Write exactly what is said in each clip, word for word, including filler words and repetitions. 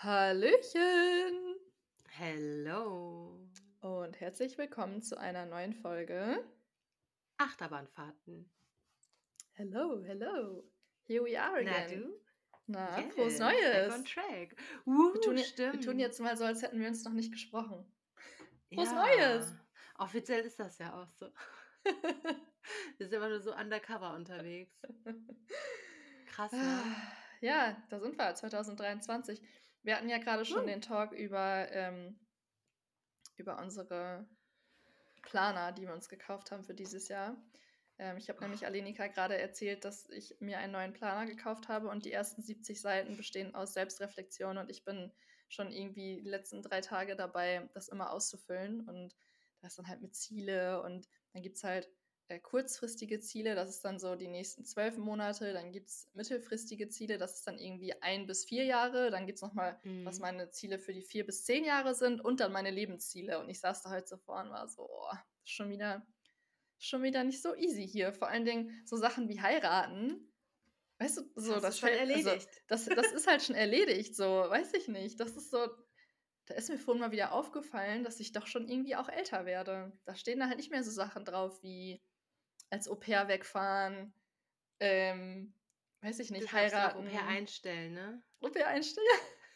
Hallöchen Hello. und herzlich willkommen zu einer neuen Folge. Achterbahnfahrten. Hello, hello. Here we are Na again. du? Na, frohes Yes, back on Neues. track. Wir Wuhu, tun, je- wir tun stimmt. jetzt mal so, als hätten wir uns noch nicht gesprochen. Frohes Neues. Ja, offiziell ist das ja auch so. Wir sind immer nur so undercover unterwegs. Krass, Ah, ne? Ja, da sind wir, zwanzig dreiundzwanzig. Wir hatten ja gerade schon Woo. den Talk über, ähm, über unsere Planer, die wir uns gekauft haben für dieses Jahr. Ähm, ich habe nämlich Oh, Alenika gerade erzählt, dass ich mir einen neuen Planer gekauft habe und die ersten siebzig Seiten bestehen aus Selbstreflexion und ich bin schon irgendwie die letzten drei Tage dabei, das immer auszufüllen und da ist dann halt mit Ziele und dann gibt es halt äh, kurzfristige Ziele, das ist dann so die nächsten zwölf Monate, dann gibt es mittelfristige Ziele, das ist dann irgendwie ein bis vier Jahre, dann gibt es nochmal, was mhm. meine Ziele für die vier bis zehn Jahre sind und dann meine Lebensziele und ich saß da halt so vor und war so, oh, schon wieder schon wieder nicht so easy hier. Vor allen Dingen so Sachen wie heiraten. Weißt du, Das so, hast du das schon fällt, also, erledigt. das, das ist halt schon erledigt, so, weiß ich nicht. Das ist so, da ist mir vorhin mal wieder aufgefallen, dass ich doch schon irgendwie auch älter werde. Da stehen da halt nicht mehr so Sachen drauf wie als Au-pair wegfahren, ähm, weiß ich Du nicht, darfst dir auch Au pair heiraten, einstellen, ne? Au-pair einstellen.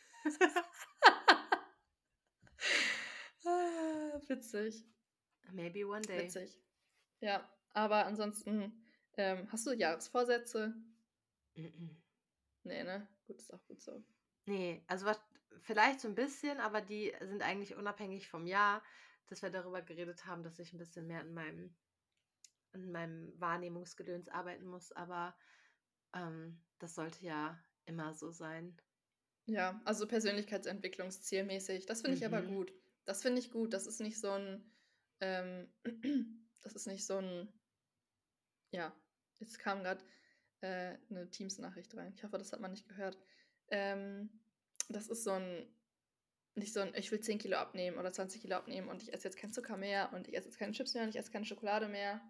Ah, witzig, Maybe one day. witzig. Ja, aber ansonsten, ähm, hast du Jahresvorsätze? Mhm. Nee, ne? Gut, ist auch gut so. Ne, also was vielleicht so 'n bisschen, aber die sind eigentlich unabhängig vom Jahr, dass wir darüber geredet haben, dass ich 'n bisschen mehr an meinem an meinem Wahrnehmungsgedöns arbeiten muss, aber, ähm, das sollte ja immer so sein. Ja, also persönlichkeitsentwicklungszielmäßig. Das finde ich aber Mhm. gut. Das finde ich gut. Das ist nicht so 'n, ähm das ist nicht so 'n ja, jetzt kam grad, äh, 'ne Teams-Nachricht rein. Ich hoffe, das hat man nicht gehört. Ähm, das ist so 'n nicht so 'n: „Ich will zehn Kilo abnehmen oder zwanzig Kilo abnehmen und ich esse jetzt keinen Zucker mehr und ich esse jetzt keine Chips mehr und ich esse keine Schokolade mehr.“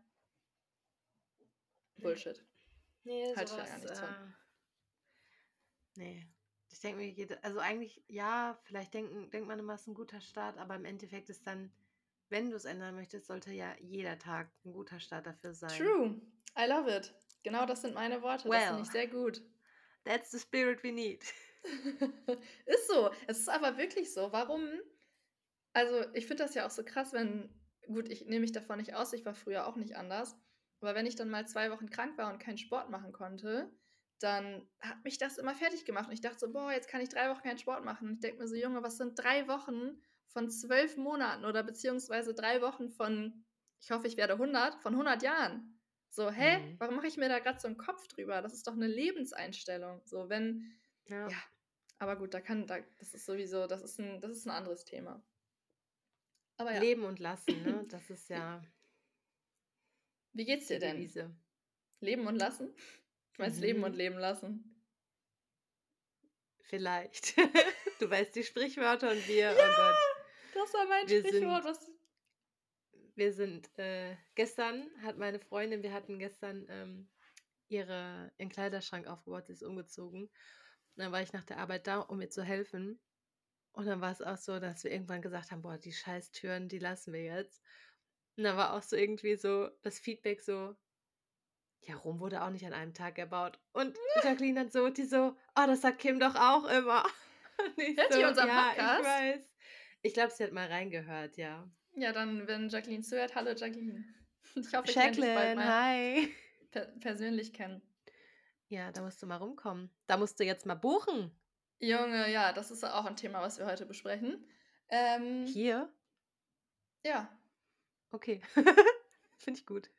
Ne, Bullshit. ne, Halte ich so da gar was, nichts von. äh ne. Ich denke mir, jede also eigentlich ja, vielleicht denken denkt man immer, es ist 'n guter Start, aber im Endeffekt ist dann, wenn du's ändern möchtest, sollte ja jeder Tag 'n guter Start dafür sein. True. I love it. Genau das sind meine Worte. Das finde Well, ich sehr gut. that's the spirit we need. Ist so. Es ist aber wirklich so. Warum? Also, ich finde das ja auch so krass, wenn gut, ich nehme mich davon nicht aus, ich war früher auch nicht anders, aber wenn ich dann mal zwei Wochen krank war und keinen Sport machen konnte, dann hat mich das immer fertig gemacht und ich dachte so: „Boah, jetzt kann ich drei Wochen keinen Sport machen.“ Und ich denke mir so: „Junge, was sind drei Wochen von zwölf Monaten oder beziehungsweise drei Wochen von ich hoffe, ich werde hundert von hundert Jahren?“ So, hä? Mhm. Warum mache ich mir da grad so 'n Kopf drüber? Das ist doch 'ne Lebenseinstellung. So, wenn ja, Ja. aber gut, da kann da das ist sowieso das ist 'n das ist 'n anderes Thema. Aber ja. Leben und lassen, ne? Das ist Wie ja wie geht's die dir denn? Devise. Leben und lassen? Du meinst leben und Mhm. leben lassen? Vielleicht. Du weißt die Sprichwörter und wir oh Ja, Gott, das war mein wir Sprichwort, sind was wir sind äh, gestern hat meine Freundin wir hatten gestern, ähm, ihre ihren Kleiderschrank aufgebaut, sie ist umgezogen. Und dann war ich nach der Arbeit da, um ihr zu helfen. Und dann war's auch so, dass wir irgendwann gesagt haben: „Boah, die Scheißtüren, die lassen wir jetzt.“ Und dann war auch so irgendwie so das Feedback so: „Ja, Rom wurde auch nicht an einem Tag erbaut.“ Und Jacqueline dann so die so: „Oh, das sagt Kim doch auch immer.“ Und ich hört die so: unseren „Ja, ich Podcast? weiß.“ Ich glaube, sie hat mal reingehört, ja. Ja, dann, wenn Jacqueline zuhört, hallo Jacqueline. Ich hoffe, ich lerne dich bald Jacqueline, mal hi. per persönlich kennen. Ja, da musst du mal rumkommen. Da musst du jetzt mal buchen. Junge, ja, das ist auch 'n Thema, was wir heute besprechen. Ähm, Hier? ja. Okay. Finde ich gut.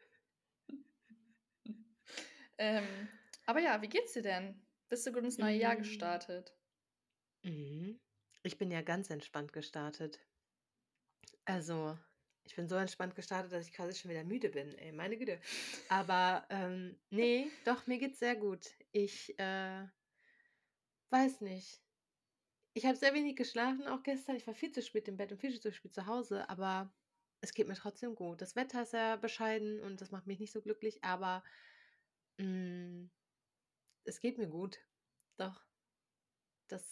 Ähm, aber ja, wie geht's dir denn? Bist du gut ins neue Jahr Hm, gestartet? mhm. Ich bin ja ganz entspannt gestartet. Also, ich bin so entspannt gestartet, dass ich quasi schon wieder müde bin, ey, meine Güte. Aber, ähm, ne, doch, mir geht's sehr gut. Ich, äh, weiß nicht. Ich habe sehr wenig geschlafen auch gestern. Ich war viel zu spät im Bett und viel zu spät zu Hause, aber es geht mir trotzdem gut. Das Wetter ist sehr bescheiden und das macht mich nicht so glücklich, aber, hm, es geht mir gut. Doch, das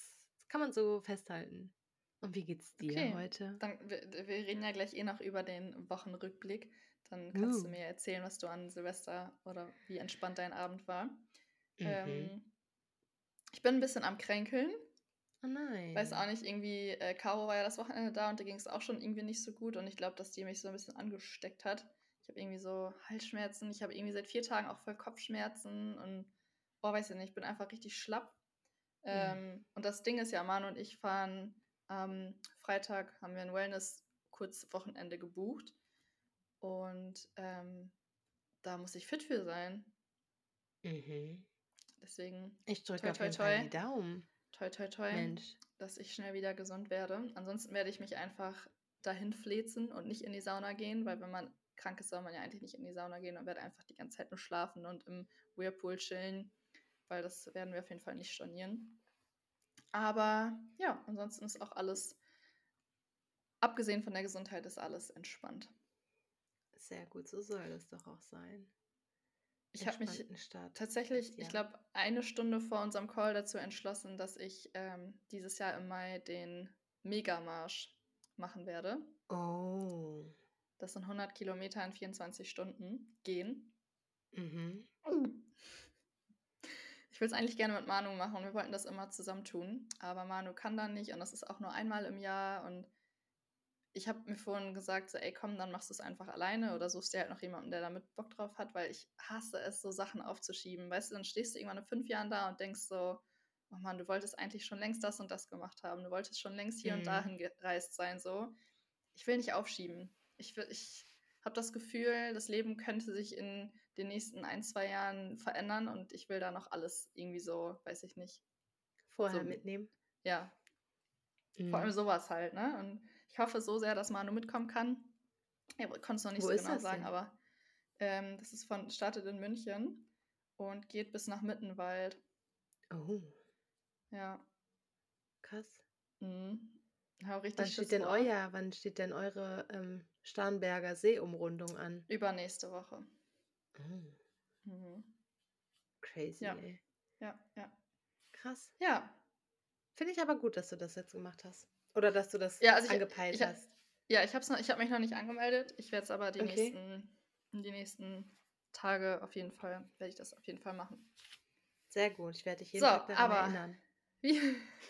kann man so festhalten. Und wie geht's dir Okay, heute? dann wir wir reden ja gleich eh noch über den Wochenrückblick. Dann kannst du Uh. mir erzählen, was du an Silvester oder wie entspannt dein Abend war. Mhm. Ähm, ich bin ein bisschen am Kränkeln. Oh Weiß auch nein. nicht, irgendwie, äh, Caro war ja das Wochenende da und der ging es auch schon irgendwie nicht so gut und ich glaube, dass die mich so ein bisschen angesteckt hat. Ich habe irgendwie so Halsschmerzen, ich habe irgendwie seit vier Tagen auch voll Kopfschmerzen und, boah, weiß ich nicht, ich bin einfach richtig schlapp. Mhm. Ähm, und das Ding ist ja, Manu und ich fahren am Freitag haben wir ein Wellness-Kurzwochenende gebucht und, ähm, da muss ich fit für sein. Mhm. Deswegen Ich drücke toi, auf toi, jeden Fall toi, die Daumen, toi, toi, toi, Mensch. dass ich schnell wieder gesund werde. Ansonsten werde ich mich einfach dahin flezen und nicht in die Sauna gehen, weil wenn man krank ist, soll man ja eigentlich nicht in die Sauna gehen und werde einfach die ganze Zeit nur schlafen und im Whirlpool chillen, weil das werden wir auf jeden Fall nicht stornieren. Aber ja, ansonsten ist auch alles, abgesehen von der Gesundheit, ist alles entspannt. Sehr gut, so soll es doch auch sein. Ich habe mich Entspannten Start ins tatsächlich, ich Jahr. glaube, eine Stunde vor unserem Call dazu entschlossen, dass ich ähm, dieses Jahr im Mai den Megamarsch machen werde. Oh. Das sind hundert Kilometer in vierundzwanzig Stunden gehen. Mhm. Ich will es eigentlich gerne mit Manu machen. Wir wollten das immer zusammen tun. Aber Manu kann dann nicht und das ist auch nur einmal im Jahr. Und ich habe mir vorhin gesagt, so, ey, komm, dann machst du es einfach alleine oder suchst dir halt noch jemanden, der damit Bock drauf hat, weil ich hasse es, so Sachen aufzuschieben. Weißt du, dann stehst du irgendwann in fünf Jahren da und denkst so, oh Mann, du wolltest eigentlich schon längst das und das gemacht haben. Du wolltest schon längst hier und Mhm. dahin gereist sein, so. Ich will nicht aufschieben. Ich, will- ich habe das Gefühl, das Leben könnte sich in den nächsten ein, zwei Jahren verändern und ich will da noch alles irgendwie so, weiß ich nicht, Vorher so, mitnehmen. ja, vor allem Mhm. sowas halt, ne? Und ich hoffe so sehr, dass Manu mitkommen kann. Ja, aber ich konnte es noch nicht Wo so ist genau das sagen, denn? aber ähm, das ist von, startet in München und geht bis nach Mittenwald. Oh, Ja, krass. mhm. Ich habe Wann richtig steht Schiss denn vor. euer, wann steht denn eure ähm, Starnberger Seeumrundung an? Übernächste Woche. Oh, Mhm. crazy, Ja, ey. ja, ja. Krass. Ja, Finde ich aber gut, dass du das jetzt gemacht hast. Oder dass du das ja, also ich, angepeilt ich, hast. ja, ich habe noch, ich habe mich noch nicht angemeldet. Ich werde es aber die Okay, nächsten, die nächsten Tage auf jeden Fall, werde ich das auf jeden Fall machen. sehr gut. Ich werde dich So, jeden Tag daran aber erinnern. wie,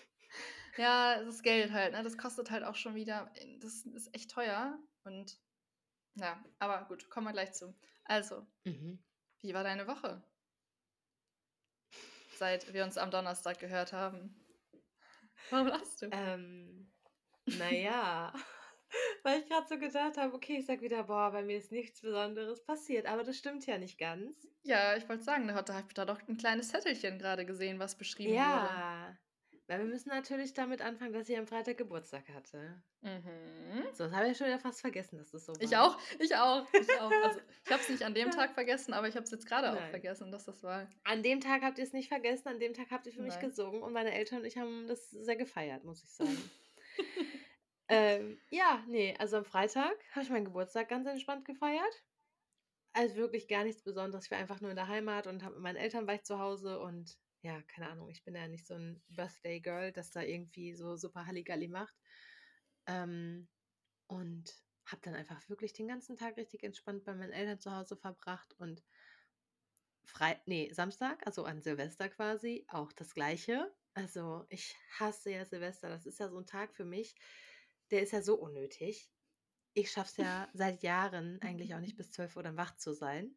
ja, das Geld halt, ne? Das kostet halt auch schon wieder, das ist echt teuer. Und ja, aber gut, kommen wir gleich zu. Also, Mhm. wie war deine Woche, seit wir uns am Donnerstag gehört haben? Warum lachst du? Ähm, naja, weil ich gerade so gedacht habe, okay, ich sag wieder, boah, bei mir ist nichts Besonderes passiert, aber das stimmt ja nicht ganz. Ja, ich wollte sagen, da hat da hab ich da doch ein kleines Zettelchen gerade gesehen, was beschrieben wurde. Ja, weil wir müssen natürlich damit anfangen, dass ich am Freitag Geburtstag hatte. Mhm. So, das habe ich schon wieder fast vergessen, dass das so Ich war. auch, ich auch, ich auch. Also, ich habe es nicht an dem Tag vergessen, aber ich habe es jetzt gerade auch Nein. vergessen, dass das war. An dem Tag habt ihr es nicht vergessen, an dem Tag habt ihr für mich Nein. gesungen und meine Eltern und ich haben das sehr gefeiert, muss ich sagen. Ähm, ja, ne, also am Freitag habe ich meinen Geburtstag ganz entspannt gefeiert. Also wirklich gar nichts Besonderes. Ich war einfach nur in der Heimat und habe mit meinen Eltern war ich zu Hause und ja, keine Ahnung, ich bin ja nicht so ein Birthday Girl, das da irgendwie so super Halligalli macht. Ähm, und habe dann einfach wirklich den ganzen Tag richtig entspannt bei meinen Eltern zu Hause verbracht und Frei ne, Samstag, also an Silvester quasi, auch das Gleiche. Also, ich hasse ja Silvester. Das ist ja so ein Tag für mich, der ist ja so unnötig. Ich schaffe es ja seit Jahren eigentlich auch nicht bis zwölf Uhr dann wach zu sein.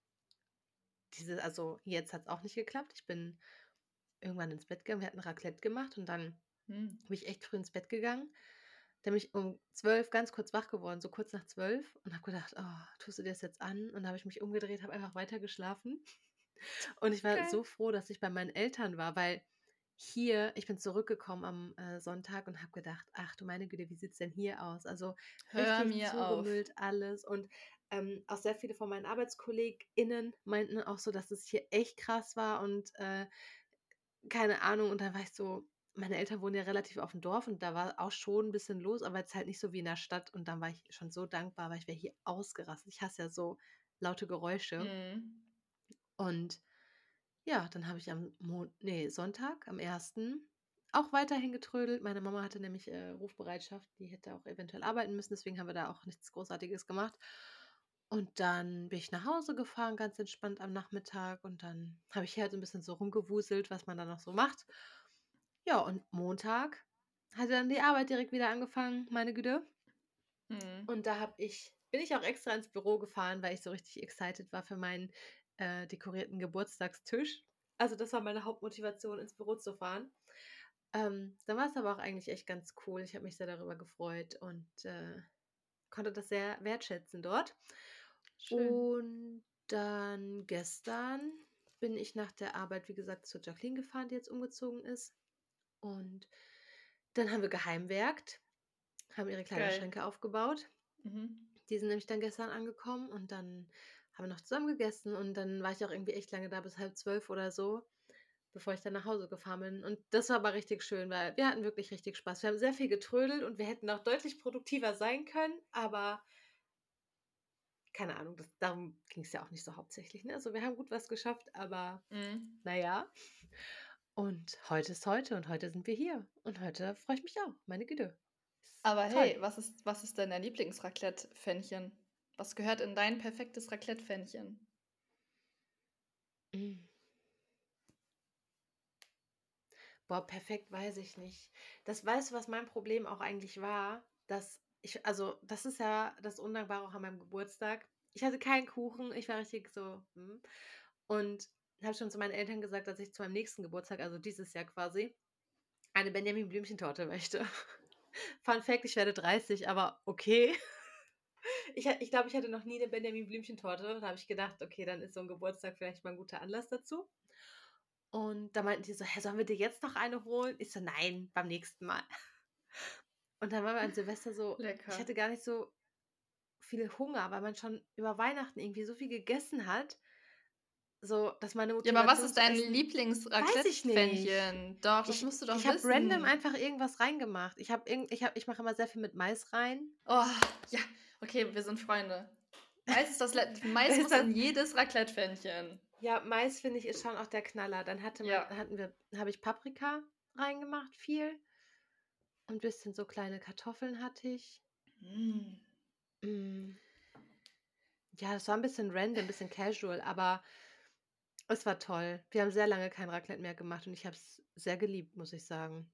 Diese also, jetzt hat es auch nicht geklappt. Ich bin irgendwann ins Bett gegangen. Wir hatten Raclette gemacht und dann Hm. bin ich echt früh ins Bett gegangen. Dann bin ich um zwölf ganz kurz wach geworden, so kurz nach zwölf und habe gedacht: „Oh, tust du dir das jetzt an?“ Und dann habe ich mich umgedreht, habe einfach weiter geschlafen. Und ich war Okay. so froh, dass ich bei meinen Eltern war, weil hier ich bin zurückgekommen am, äh, Sonntag und habe gedacht: „Ach du meine Güte, wie sieht's denn hier aus?“ Also, Hör richtig mir auf. zugemüllt alles und, ähm, auch sehr viele von meinen ArbeitskollegInnen meinten auch so, dass es hier echt krass war und, äh, keine Ahnung. Und dann war ich so meine Eltern wohnen ja relativ auf dem Dorf und da war auch schon 'n bisschen los, aber jetzt halt nicht so wie in der Stadt. Und dann war ich schon so dankbar, weil ich wäre hier ausgerastet. Ich hasse ja so laute Geräusche. Mhm. Und ja, dann habe ich am Mon ne, Sonntag, am ersten auch weiterhin getrödelt. Meine Mama hatte nämlich äh, Rufbereitschaft, die hätte auch eventuell arbeiten müssen, deswegen haben wir da auch nichts Großartiges gemacht. Und dann bin ich nach Hause gefahren, ganz entspannt am Nachmittag. Und dann habe ich hier halt so ein bisschen so rumgewuselt, was man da noch so macht. Ja, und Montag hat dann die Arbeit direkt wieder angefangen, meine Güte. Mhm. Und da habe ich, bin ich auch extra ins Büro gefahren, weil ich so richtig excited war für meinen äh, dekorierten Geburtstagstisch. Also das war meine Hauptmotivation, ins Büro zu fahren. Ähm, dann war es aber auch eigentlich echt ganz cool. Ich habe mich sehr darüber gefreut und äh, konnte das sehr wertschätzen dort. Schön. Und dann gestern bin ich nach der Arbeit, wie gesagt, zu Jacqueline gefahren, die jetzt umgezogen ist. Und dann haben wir geheimwerkt, haben ihre Geil. Kleiderschränke aufgebaut. Mhm. Die sind nämlich dann gestern angekommen und dann haben wir noch zusammen gegessen und dann war ich auch irgendwie echt lange da, bis halb zwölf oder so, bevor ich dann nach Hause gefahren bin. Und das war aber richtig schön, weil wir hatten wirklich richtig Spaß. Wir haben sehr viel getrödelt und wir hätten auch deutlich produktiver sein können, aber keine Ahnung, das, darum ging es ja auch nicht so hauptsächlich. Ne? Also wir haben gut was geschafft, aber Mhm. naja. Und heute ist heute und heute sind wir hier. Und heute freue ich mich auch, meine Güte. Ist Aber toll. hey, was ist, was ist denn dein Lieblings-Raclette-Pfännchen? Was gehört in dein perfektes Raclette-Pfännchen? Mm. Boah, perfekt weiß ich nicht. Das weißt du, was mein Problem auch eigentlich war? Dass ich, also, das ist ja das Undankbare auch an meinem Geburtstag. Ich hatte keinen Kuchen, ich war richtig so, hm. Und habe schon zu meinen Eltern gesagt, dass ich zu meinem nächsten Geburtstag, also dieses Jahr quasi, eine Benjamin Blümchen-Torte möchte. Fun Fact, ich werde dreißig, aber okay. Ich, ha- ich glaube, ich hatte noch nie eine Benjamin Blümchen-Torte. Da habe ich gedacht, okay, dann ist so ein Geburtstag vielleicht mal ein guter Anlass dazu. Und da meinten die so: „Hä, sollen wir dir jetzt noch eine holen?“ Ich so: „Nein, beim nächsten Mal.“ Und dann waren wir an Silvester so, ich Lecker. hatte gar nicht so viel Hunger, weil man schon über Weihnachten irgendwie so viel gegessen hat, so dass meine Ja, aber was Motivation ist zu dein essen, weiß ich nicht. Lieblings-Raclette-Pfännchen? Doch, das Ich musst du ich doch habe random wissen. einfach irgendwas reingemacht. Ich habe irgend ich habe ich mache immer sehr viel mit Mais rein. Oh, ja, okay, wir sind Freunde. Mais ist das Le Das Mais ist muss das in jedes Raclette-Pfännchen. Ja, Mais, finde ich, ist schon auch der Knaller. Dann hatte man Ja. hatten wir habe ich Paprika reingemacht, viel, und bisschen so kleine Kartoffeln hatte ich. Mm. Hm. Ja, das war ein bisschen random, 'n bisschen casual, aber es war toll. Wir haben sehr lange kein Raclette mehr gemacht und ich habe es sehr geliebt, muss ich sagen.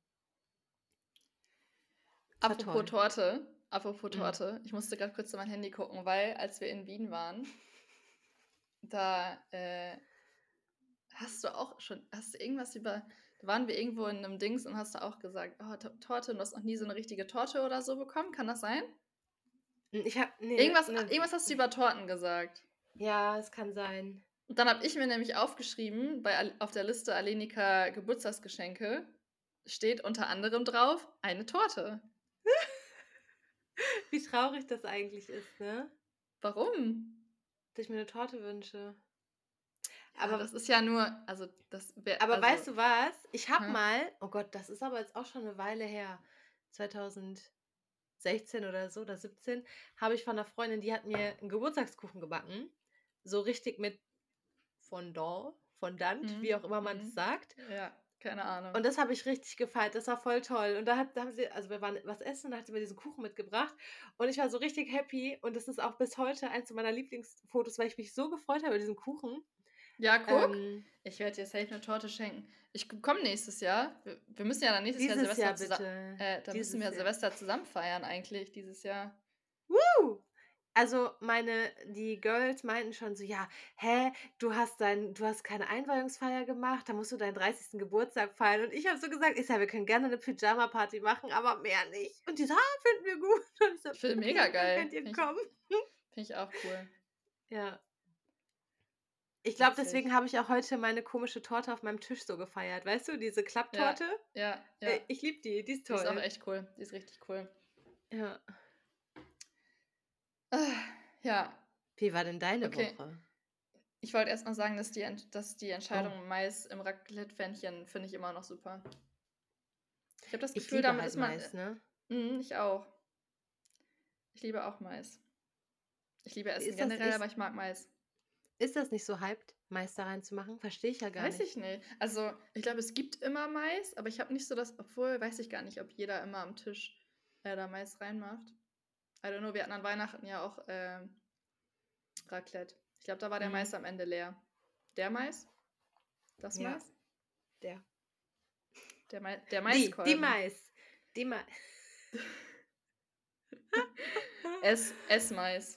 Es war Apropos toll. Torte, apropos Mhm. Torte, ich musste gerade kurz in mein Handy gucken, weil als wir in Wien waren, da äh, hast du auch schon, hast du irgendwas über, da waren wir irgendwo in einem Dings und hast du auch gesagt, oh, To- Torte, und du hast noch nie so eine richtige Torte oder so bekommen, kann das sein? Hm, ich habe ne, Irgendwas, ne irgendwas hast du über Torten gesagt. ja, es kann sein. Und dann habe ich mir nämlich aufgeschrieben, bei, Al- auf der Liste Alenika Geburtstagsgeschenke steht unter anderem drauf eine Torte. Wie traurig das eigentlich ist, ne? Warum? Dass ich mir 'ne Torte wünsche. Ja, Aber das ist ja nur, also das wäre, aber also, weißt du was? Ich habe hä? mal, oh Gott, das ist aber jetzt auch schon 'ne Weile her, zweitausendsechzehn oder so oder siebzehn, habe ich von 'ner Freundin, die hat mir 'n Geburtstagskuchen gebacken, so richtig mit Fondant, Fondant, wie auch Mhm, immer man das mhm. sagt. Ja, keine Ahnung. Und das habe ich richtig gefeiert, das war voll toll. Und da hat da haben sie, also, wir waren was essen und da hat sie mir diesen Kuchen mitgebracht und ich war so richtig happy und das ist auch bis heute eins meiner Lieblingsfotos, weil ich mich so gefreut habe über diesen Kuchen. Ja, guck, Ähm, ich werde dir safe 'ne Torte schenken. Ich komme nächstes Jahr. Wir wir müssen ja dann nächstes Jahr dieses Silvester Jahr zusammen, bitte, äh, da müssen dieses wir Jahr. Silvester zusammen feiern eigentlich dieses Jahr. Woo! Also, meine die Girls meinten schon so: „Ja, hä, du hast dein du hast keine Einweihungsfeier gemacht, da musst du deinen dreißigsten Geburtstag feiern.“ Und ich habe so gesagt, ich sage: „Wir können gerne 'ne Pyjama-Party machen, aber mehr nicht.“ Und die so: „Ah, finden wir gut.“ Und ich so: Ich finde mega „Okay, dann geil. könnt ihr Finde ich kommen.“ finde ich auch cool. Ja. Ich glaube, deswegen Witzig. habe ich auch heute meine komische Torte auf meinem Tisch so gefeiert. Weißt du, diese Ja, Klapptorte? ja, Äh, ja. ich liebe die, die ist Die ist auch toll. echt cool. Die ist richtig cool. Ja. Ah, ja, Wie war denn deine okay. Woche? Ich wollte erst mal sagen, dass die Ent dass die Oh, Entscheidung Mais im Raclette-Pfännchen finde ich immer noch super. Ich habe das ich Gefühl, liebe damit halt ist man äh, Mais, ne? mhm, ich auch. Ich liebe auch Mais. Ich liebe Essen Ist das generell, aber ist ich mag Mais. ist das nicht so hyped? Mais da reinzumachen? Verstehe ich ja gar Weiß nicht. ich nicht. Also, ich glaube, es gibt immer Mais, aber ich habe nicht so das obwohl, weiß ich gar nicht, ob jeder immer am Tisch, äh, da Mais reinmacht. I don't know, wir hatten an Weihnachten ja auch, ähm, Raclette. Ich glaube, da war der Mhm. Mais am Ende leer. Der Mais? Das Ja, Mais? der. Der Mai der Die, die Maiskolben. Mais. Die Mais. Ess Essmais.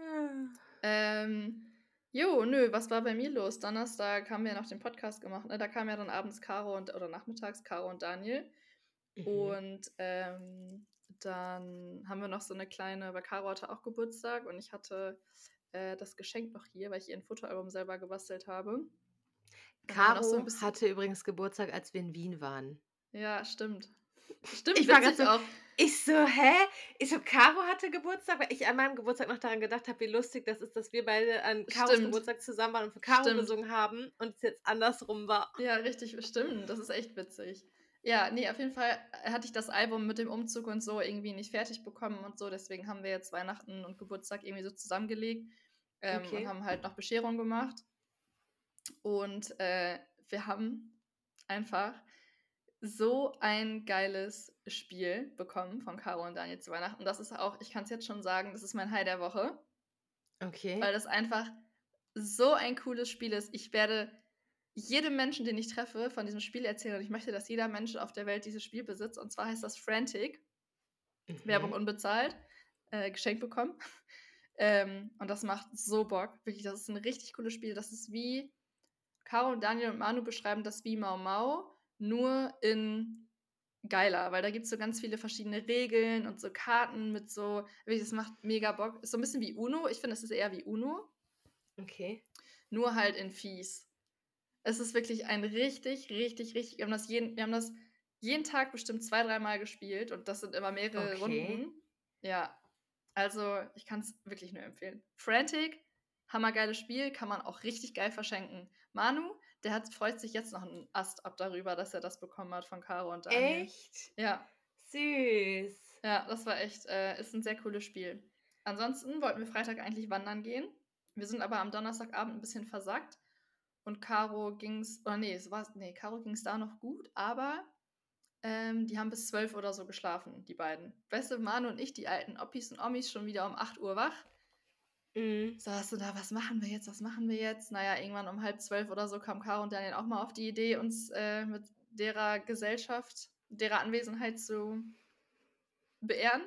Ähm, jo, nö, was war bei mir los? Donnerstag haben wir noch den Podcast gemacht, ne? Da kamen ja dann abends Caro und oder nachmittags Caro und Daniel. Mhm. Und, ähm, dann haben wir noch so 'ne kleine weil Caro hatte auch Geburtstag und ich hatte, äh, das Geschenk noch hier, weil ich ihr 'n Fotoalbum selber gebastelt habe. Dann haben wir noch so 'n Caro bisschen hatte übrigens Geburtstag, als wir in Wien waren. Ja, stimmt. Stimmt, Ich war grad witzig so auch. ich so: „Hä?“ Ich so: „Caro hatte Geburtstag?“ Weil ich an meinem Geburtstag noch daran gedacht habe, wie lustig das ist, dass wir beide an Caros Stimmt. Geburtstag zusammen waren und für Caro Stimmt. gesungen haben und es jetzt andersrum war. Ja, richtig, stimmt. Das ist echt witzig. Ja, ne, auf jeden Fall, äh, hatte ich das Album mit dem Umzug und so irgendwie nicht fertig bekommen und so, deswegen haben wir jetzt Weihnachten und Geburtstag irgendwie so zusammengelegt, ähm, und Okay. haben halt noch Bescherung gemacht. Und, äh, wir haben einfach so ein geiles Spiel bekommen von Caro und Daniel zu Weihnachten. Das ist auch ich kann's jetzt schon sagen, das ist mein High der Woche. Okay. Weil das einfach so ein cooles Spiel ist. Ich werde jedem Menschen, den ich treffe, von diesem Spiel erzählen und ich möchte, dass jeder Mensch auf der Welt dieses Spiel besitzt. Und zwar heißt das Frantic. Werbung Mhm. unbezahlt, äh, geschenkt bekommen. Ähm, und das macht so Bock. Wirklich, das ist 'n richtig cooles Spiel. Das ist wie Caro und Daniel und Manu beschreiben das wie Mau Mau, nur in geiler, weil da gibt's so ganz viele verschiedene Regeln und so Karten mit so wirklich, das macht mega Bock. Ist so 'n bisschen wie Uno. Ich finde, es ist eher wie Uno. Okay. Nur halt in fies. Es ist wirklich ein richtig, richtig, richtig wir haben das jeden wir haben das jeden Tag bestimmt zwei, dreimal gespielt und das sind immer mehrere Okay. Runden. Ja, also, ich kann's wirklich nur empfehlen. Frantic, hammergeiles Spiel, kann man auch richtig geil verschenken. Manu, der hat freut sich jetzt noch 'n Ast ab darüber, dass er das bekommen hat von Caro und Daniel. Echt? Ja. Süß. Ja, das war echt äh, ist 'n sehr cooles Spiel. Ansonsten wollten wir Freitag eigentlich wandern gehen. Wir sind aber am Donnerstagabend 'n bisschen versackt und Caro ging's oder ne, es war ne, Caro ging's da noch gut, aber, ähm, die haben bis zwölf oder so geschlafen, die beiden. Weißt du, Manu und ich, die alten Oppis und Ommis, schon wieder um acht Uhr wach. Mhm. Saßen da: „Was machen wir jetzt? Was machen wir jetzt?“ Na ja, irgendwann um halb zwölf oder so kamen Caro und Daniel auch mal auf die Idee, uns, äh, mit derer Gesellschaft derer Anwesenheit zu beehren.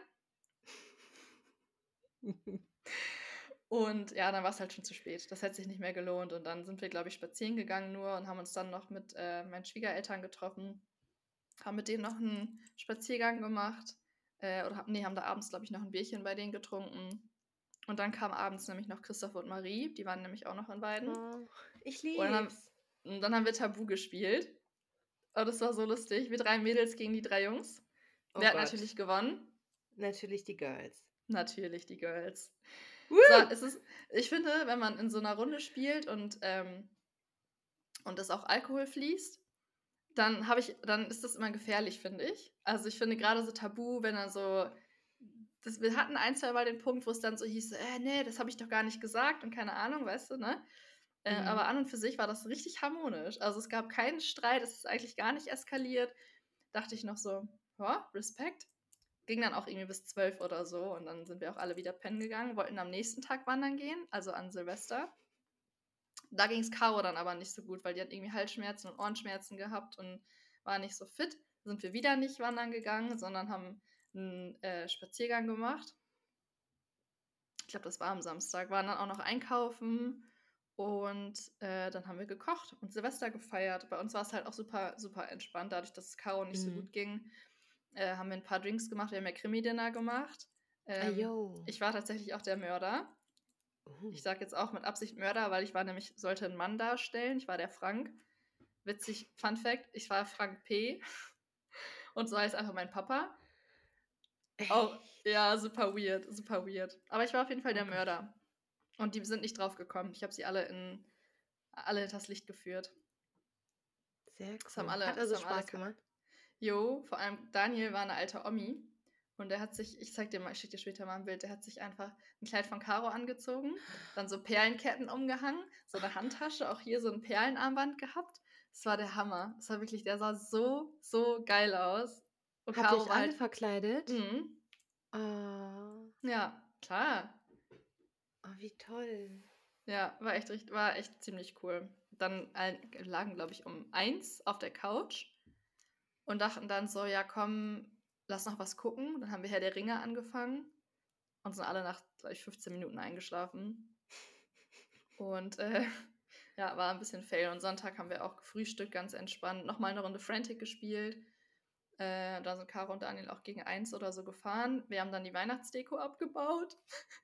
Und ja, dann war's halt schon zu spät. Das hätte sich nicht mehr gelohnt und dann sind wir, glaube ich, spazieren gegangen nur und haben uns dann noch mit, äh, meinen Schwiegereltern getroffen, haben mit denen noch 'n Spaziergang gemacht, äh, oder ha ne, haben da abends, glaube ich, noch 'n Bierchen bei denen getrunken. Und dann kamen abends nämlich noch Christoph und Marie, die waren nämlich auch noch in Weiden. Oh, ich Und dann haben lieb's. und dann haben wir Tabu gespielt. Oh, das war so lustig. Wir drei Mädels gegen die drei Jungs. Oh Wer hat Gott. natürlich gewonnen? Natürlich die Girls. Natürlich die Girls. So, Woo! es ist ich finde, wenn man in so 'ner Runde spielt und, ähm und es auch Alkohol fließt, dann habe ich dann ist das immer gefährlich, finde ich. Also, ich finde grade so Tabu, wenn dann so das wir hatten ein, zwei Mal den Punkt, wo's dann so hieß: „Äh, ne, das habe ich doch gar nicht gesagt“ und keine Ahnung, weißt du, ne? Äh, Mhm. aber an und für sich war das richtig harmonisch. Also, es gab keinen Streit, es ist eigentlich gar nicht eskaliert. Dachte ich noch so: „Ja, Respekt.“ Ging dann auch irgendwie bis zwölf oder so und dann sind wir auch alle wieder pennen gegangen, wollten am nächsten Tag wandern gehen, also an Silvester. Da ging's Caro dann aber nicht so gut, weil die hat irgendwie Halsschmerzen und Ohrenschmerzen gehabt und war nicht so fit. Sind wir wieder nicht wandern gegangen, sondern haben 'n, äh, Spaziergang gemacht. Ich glaube, das war am Samstag, waren dann auch noch einkaufen und, äh, dann haben wir gekocht und Silvester gefeiert. Bei uns war's halt auch super, super entspannt. Dadurch, dass es Caro nicht so Mhm. gut ging, äh, haben wir 'n paar Drinks gemacht. Wir haben ja Krimi-Dinner gemacht. Ah, Ähm, jo. ich war tatsächlich auch der Mörder. Oh. Ich sage jetzt auch mit Absicht Mörder, weil ich war nämlich sollte 'n Mann darstellen. Ich war der Frank. Witzig, Fun Fact: Ich war Frank P. Und so heißt einfach mein Papa. Auch Echt? ja, super weird, super weird. Aber ich war auf jeden Fall Oh der Gott. Mörder. Und die sind nicht drauf gekommen. Ich habe sie alle in alle hinters Licht geführt. Sehr Es haben cool. Hat alle es also haben alle Spaß ka gemacht? jo, vor allem Daniel war 'ne alte Omi Und der hat sich ich zeige dir mal ich schicke dir später mal 'n Bild, der hat sich einfach 'n Kleid von Karo angezogen, dann so Perlenketten umgehangen, so 'ne Handtasche, auch hier so 'n Perlenarmband gehabt. Das war der Hammer. Das war wirklich der sah so, so geil aus. Und Habt ihr Karo euch war alle halt verkleidet? mhm. Oh. Ja, klar. Oh, wie toll. Ja, war echt richt war echt ziemlich cool. Dann ein lagen, glaube ich, um eins auf der Couch und dachten dann so: „Ja, komm, lass noch was gucken.“ Dann haben wir Herr der Ringe angefangen und sind alle nach, glaube ich, fünfzehn Minuten eingeschlafen. Und, äh, ja, war 'n bisschen fail. Und Sonntag haben wir auch gefrühstückt, ganz entspannt, noch mal 'ne Runde Frantic gespielt. Äh, da sind Caro und Daniel auch gegen eins oder so gefahren. Wir haben dann die Weihnachtsdeko abgebaut.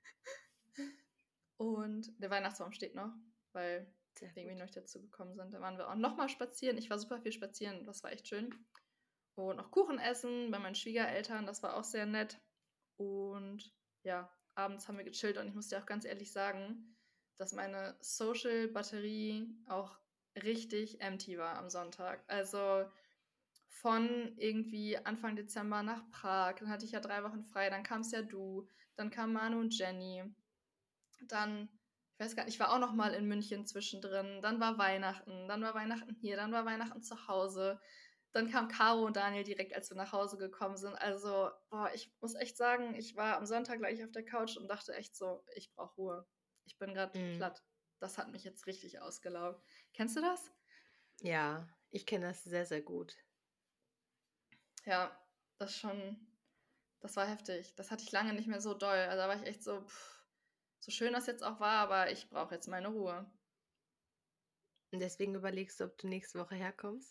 Und der Weihnachtsbaum steht noch, weil Sehr wir irgendwie gut. noch nicht dazu gekommen sind. Da waren wir auch noch mal spazieren. Ich war super viel spazieren, das war echt schön. Und noch Kuchen essen bei meinen Schwiegereltern, das war auch sehr nett. Und ja, abends haben wir gechillt und ich muss dir auch ganz ehrlich sagen, dass meine Social-Batterie auch richtig empty war am Sonntag. Also, von irgendwie Anfang Dezember nach Prag, dann hatte ich ja drei Wochen frei, dann kamst ja du, dann kamen Manu und Jenny. Dann ich weiß gar nicht, ich war auch noch mal in München zwischendrin. Dann war Weihnachten, dann war Weihnachten hier, dann war Weihnachten zu Hause. Dann kamen Caro und Daniel direkt, als wir nach Hause gekommen sind. Also, boah, ich muss echt sagen, ich war am Sonntag gleich auf der Couch und dachte echt so: „Ich brauche Ruhe. Ich bin grad Mhm. platt.“ Das hat mich jetzt richtig ausgelaugt. Kennst du das? Ja, ich kenne das sehr, sehr gut. Ja, das schon das war heftig. Das hatte ich lange nicht mehr so doll. Also, da war ich echt so: „So schön das jetzt auch war, aber ich brauche jetzt meine Ruhe.“ Und deswegen überlegst du, ob du nächste Woche herkommst?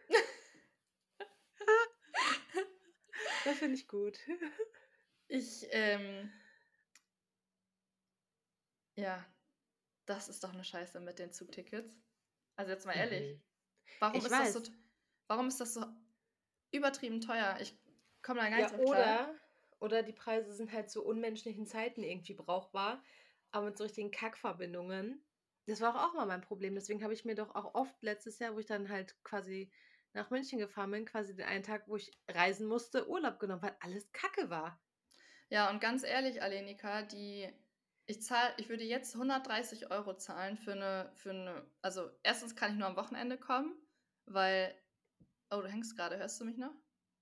Das finde ich gut. Ich, ähm ja, das ist doch 'ne Scheiße mit den Zugtickets. Also, jetzt mal ehrlich, Mhm. warum Ich ist das so weiß. t warum ist das so übertrieben teuer? Ich komme da gar nicht Ja, drauf klar. oder oder die Preise sind halt zu unmenschlichen Zeiten irgendwie brauchbar, aber mit so richtigen Kackverbindungen. Das war auch mal mein Problem. Deswegen habe ich mir doch auch oft letztes Jahr, wo ich dann halt quasi nach München gefahren bin, quasi den einen Tag, wo ich reisen musste, Urlaub genommen, weil alles Kacke war. Ja, und ganz ehrlich, Alenika, die ich zahle ich würde jetzt hundertdreißig Euro zahlen für 'ne für 'ne also, erstens kann ich nur am Wochenende kommen, weil oh, du hängst grade, hörst du mich noch?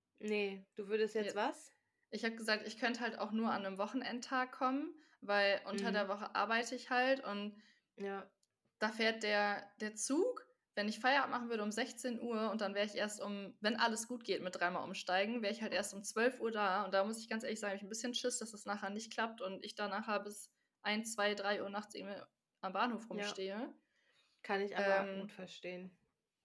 Ne, du würdest jetzt J was? ich habe gesagt, ich könnte halt auch nur an 'nem Wochenendtag kommen, weil unter Mhm. der Woche arbeite ich halt und Ja. da fährt der der Zug wenn ich Feierabend machen würde um sechzehn Uhr und dann wäre ich erst um wenn alles gut geht mit dreimal umsteigen, wäre ich halt erst um zwölf Uhr da und da muss ich ganz ehrlich sagen, habe ich 'n bisschen Schiss, dass das nachher nicht klappt und ich da nachher bis eins, zwei, drei Uhr nachts irgendwie am Bahnhof Ja. rumstehe. Kann ich aber gut Ähm verstehen.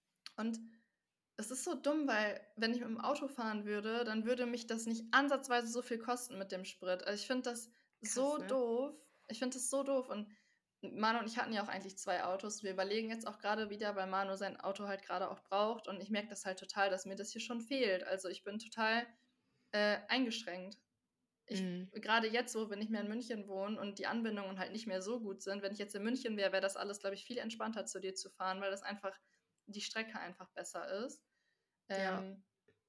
und es ist so dumm, weil wenn ich mit'm Auto fahren würde, dann würde mich das nicht ansatzweise so viel kosten mit dem Sprit. Also, ich finde das so Krass, ne? doof. Ich finde das so doof und Manu und ich hatten ja auch eigentlich zwei Autos. Wir überlegen jetzt auch grade wieder, weil Manu sein Auto halt grade auch braucht und ich merke das halt total, dass mir das hier schon fehlt. Also, ich bin total, äh, eingeschränkt. Ich Mhm. grade jetzt so, wenn ich mehr in München wohne und die Anbindungen halt nicht mehr so gut sind wenn ich jetzt in München wäre, wäre das alles, glaube ich, viel entspannter zu dir zu fahren, weil das einfach die Strecke einfach besser ist. Ja. Ähm,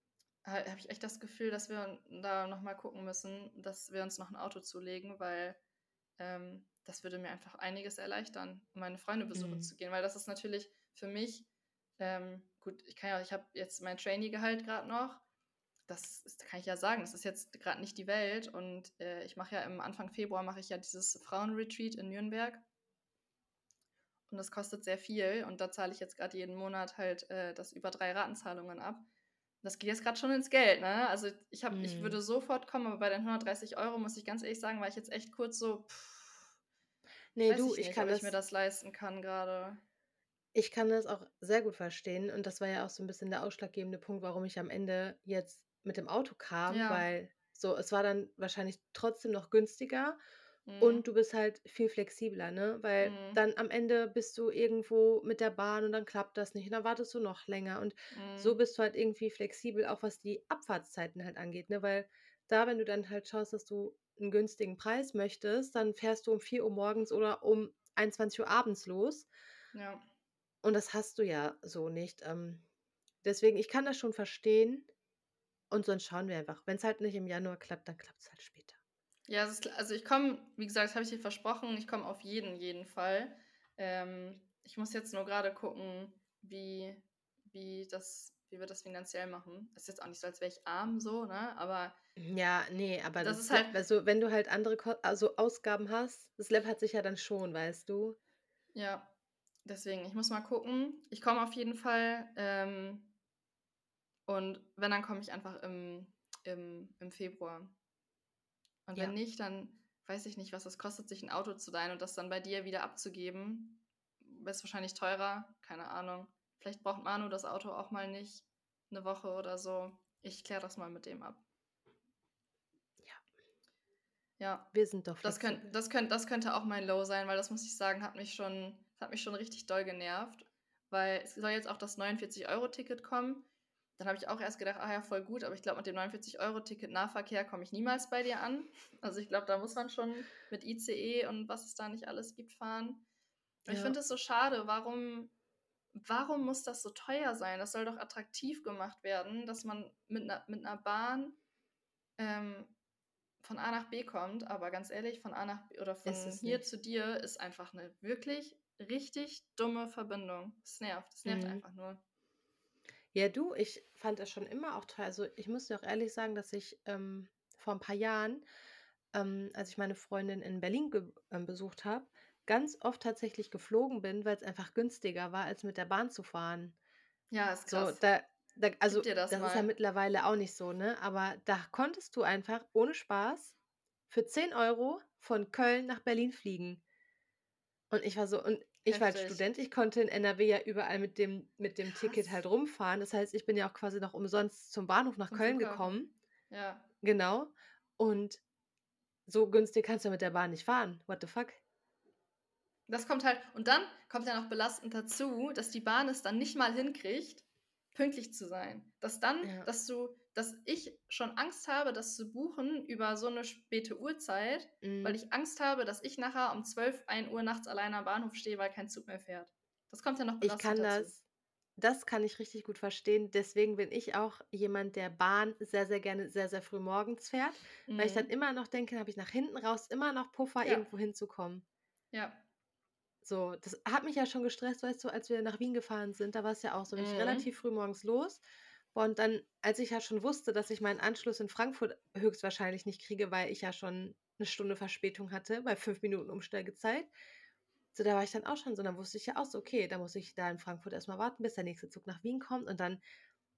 ha habe ich echt das Gefühl, dass wir da noch mal gucken müssen, dass wir uns noch 'n Auto zulegen, weil, ähm, das würde mir einfach einiges erleichtern, um meine Freunde besuchen Mhm. zu gehen, weil das ist natürlich für mich ähm, gut, ich kann ja ich habe jetzt mein Trainee-Gehalt grad noch. Das ist kann ich ja sagen, das ist jetzt grad nicht die Welt und, äh, ich mache ja im Anfang Februar mache ich ja dieses Frauenretreat in Nürnberg. Und das kostet sehr viel und da zahle ich jetzt grad jeden Monat halt, äh, das über drei Ratenzahlungen ab. Das geht jetzt grad schon ins Geld, ne? Also, ich habe ich Mhm. würde sofort kommen, aber bei den hundertdreißig Euro muss ich ganz ehrlich sagen, war ich jetzt echt kurz so: Ne, „Weiß du, ich ich nicht, ob kann ich mir das das leisten kann grade.“ ich kann das auch sehr gut verstehen und das war ja auch so 'n bisschen der ausschlaggebende Punkt, warum ich am Ende jetzt mit dem Auto kam, Ja. weil so es war dann wahrscheinlich trotzdem noch günstiger Mhm. und du bist halt viel flexibler, ne? Weil Mhm. dann am Ende bist du irgendwo mit der Bahn und dann klappt das nicht und dann wartest du noch länger und so Mhm. bist du halt irgendwie flexibel, auch was die Abfahrtszeiten halt angeht, ne? Weil da, wenn du dann halt schaust, dass du 'n günstigen Preis möchtest, dann fährst du um vier Uhr morgens oder um einundzwanzig Uhr abends los. Ja. Und das hast du ja so nicht. Ähm, deswegen ich kann das schon verstehen. Und sonst schauen wir einfach. Wenn's halt nicht im Januar klappt, dann klappt's halt später. Ja, es ist kl also, ich komme wie gesagt, das habe ich dir versprochen, ich komme auf jeden, jeden Fall. Ähm, ich muss jetzt nur grade gucken, wie wie das wie wir das finanziell machen. Ist jetzt auch nicht so, als wäre ich arm so, ne, aber Ja, ne, aber das das ist lä halt also, wenn du halt andere Ko also, Ausgaben hast, das läppert sich ja dann schon, weißt du? ja, deswegen, ich muss mal gucken. Ich komme auf jeden Fall, ähm und wenn, dann komme ich einfach im im im Februar. Und wenn Ja. nicht, dann weiß ich nicht, was das kostet, sich 'n Auto zu leihen und das dann bei dir wieder abzugeben. Ist wahrscheinlich teurer, keine Ahnung. Vielleicht braucht Manu das Auto auch mal nicht 'ne Woche oder so. Ich kläre das mal mit dem ab. Ja. Ja, Wir sind doch das könn flexibel. das könnt das könnte auch mein Low sein, weil das muss ich sagen, hat mich schon hat mich schon richtig doll genervt, weil es soll jetzt auch das neunundvierzig-Euro-Ticket kommen. Dann habe ich auch erst gedacht: „Ah ja, voll gut“, aber ich glaube, mit dem neunundvierzig-Euro-Ticket Nahverkehr komme ich niemals bei dir an. Also, ich glaube, da muss man schon mit I C E und was es da nicht alles gibt, fahren. Und ich Ja. finde es so schade, warum warum muss das so teuer sein? Das soll doch attraktiv gemacht werden, dass man mit 'ner mit 'ner Bahn, ähm, von A nach B kommt, aber ganz ehrlich, von A nach B oder Ist von es hier nicht. zu dir ist einfach 'ne wirklich richtig dumme Verbindung. Es nervt. Es nervt Mhm. einfach nur. Ja, du, ich fand das schon immer auch teuer. Also, ich muss dir auch ehrlich sagen, dass ich, ähm, vor 'n paar Jahren, ähm, als ich meine Freundin in Berlin ge ähm, besucht habe, ganz oft tatsächlich geflogen bin, weil's einfach günstiger war, als mit der Bahn zu fahren. Ja, ist So, krass. da da Gib also, dir das das ist ja mal. mittlerweile auch nicht so, ne, aber da konntest du einfach ohne Spaß für zehn Euro von Köln nach Berlin fliegen. Und ich war so und ich war halt Heftig. Student, ich konnte in N R W ja überall mit dem mit dem Ticket Krass. halt rumfahren. Das heißt, ich bin ja auch quasi noch umsonst zum Bahnhof nach Zum Köln Flughafen. gekommen. Ja. Genau. Und so günstig kannst du mit der Bahn nicht fahren. What the fuck? Das kommt halt und dann kommt ja noch belastend dazu, dass die Bahn es dann nicht mal hinkriegt, pünktlich zu sein. Dass dann Ja. dass du dass ich schon Angst habe, das zu buchen über so 'ne späte Uhrzeit, weil Mhm. ich Angst habe, dass ich nachher um zwölf, ein Uhr nachts alleine am Bahnhof stehe, weil kein Zug mehr fährt. Das kommt ja noch Ich belastend kann dazu. das das kann ich richtig gut verstehen. Deswegen bin ich auch jemand, der Bahn sehr, sehr gerne sehr, sehr früh morgens fährt, weil ich dann Mhm. immer noch denke, dann habe ich nach hinten raus immer noch Puffer, Ja. irgendwo hinzukommen. Ja. So, das hat mich ja schon gestresst, weißt du, als wir nach Wien gefahren sind, da war's ja auch so, bin ich Mhm. relativ früh morgens los. Und dann, als ich ja schon wusste, dass ich meinen Anschluss in Frankfurt höchstwahrscheinlich nicht kriege, weil ich ja schon 'ne Stunde Verspätung hatte bei fünf Minuten Umsteigezeit. So, da war ich dann auch schon so dann wusste ich ja auch so: „Okay, da muss ich da in Frankfurt erst mal warten, bis der nächste Zug nach Wien kommt“, und dann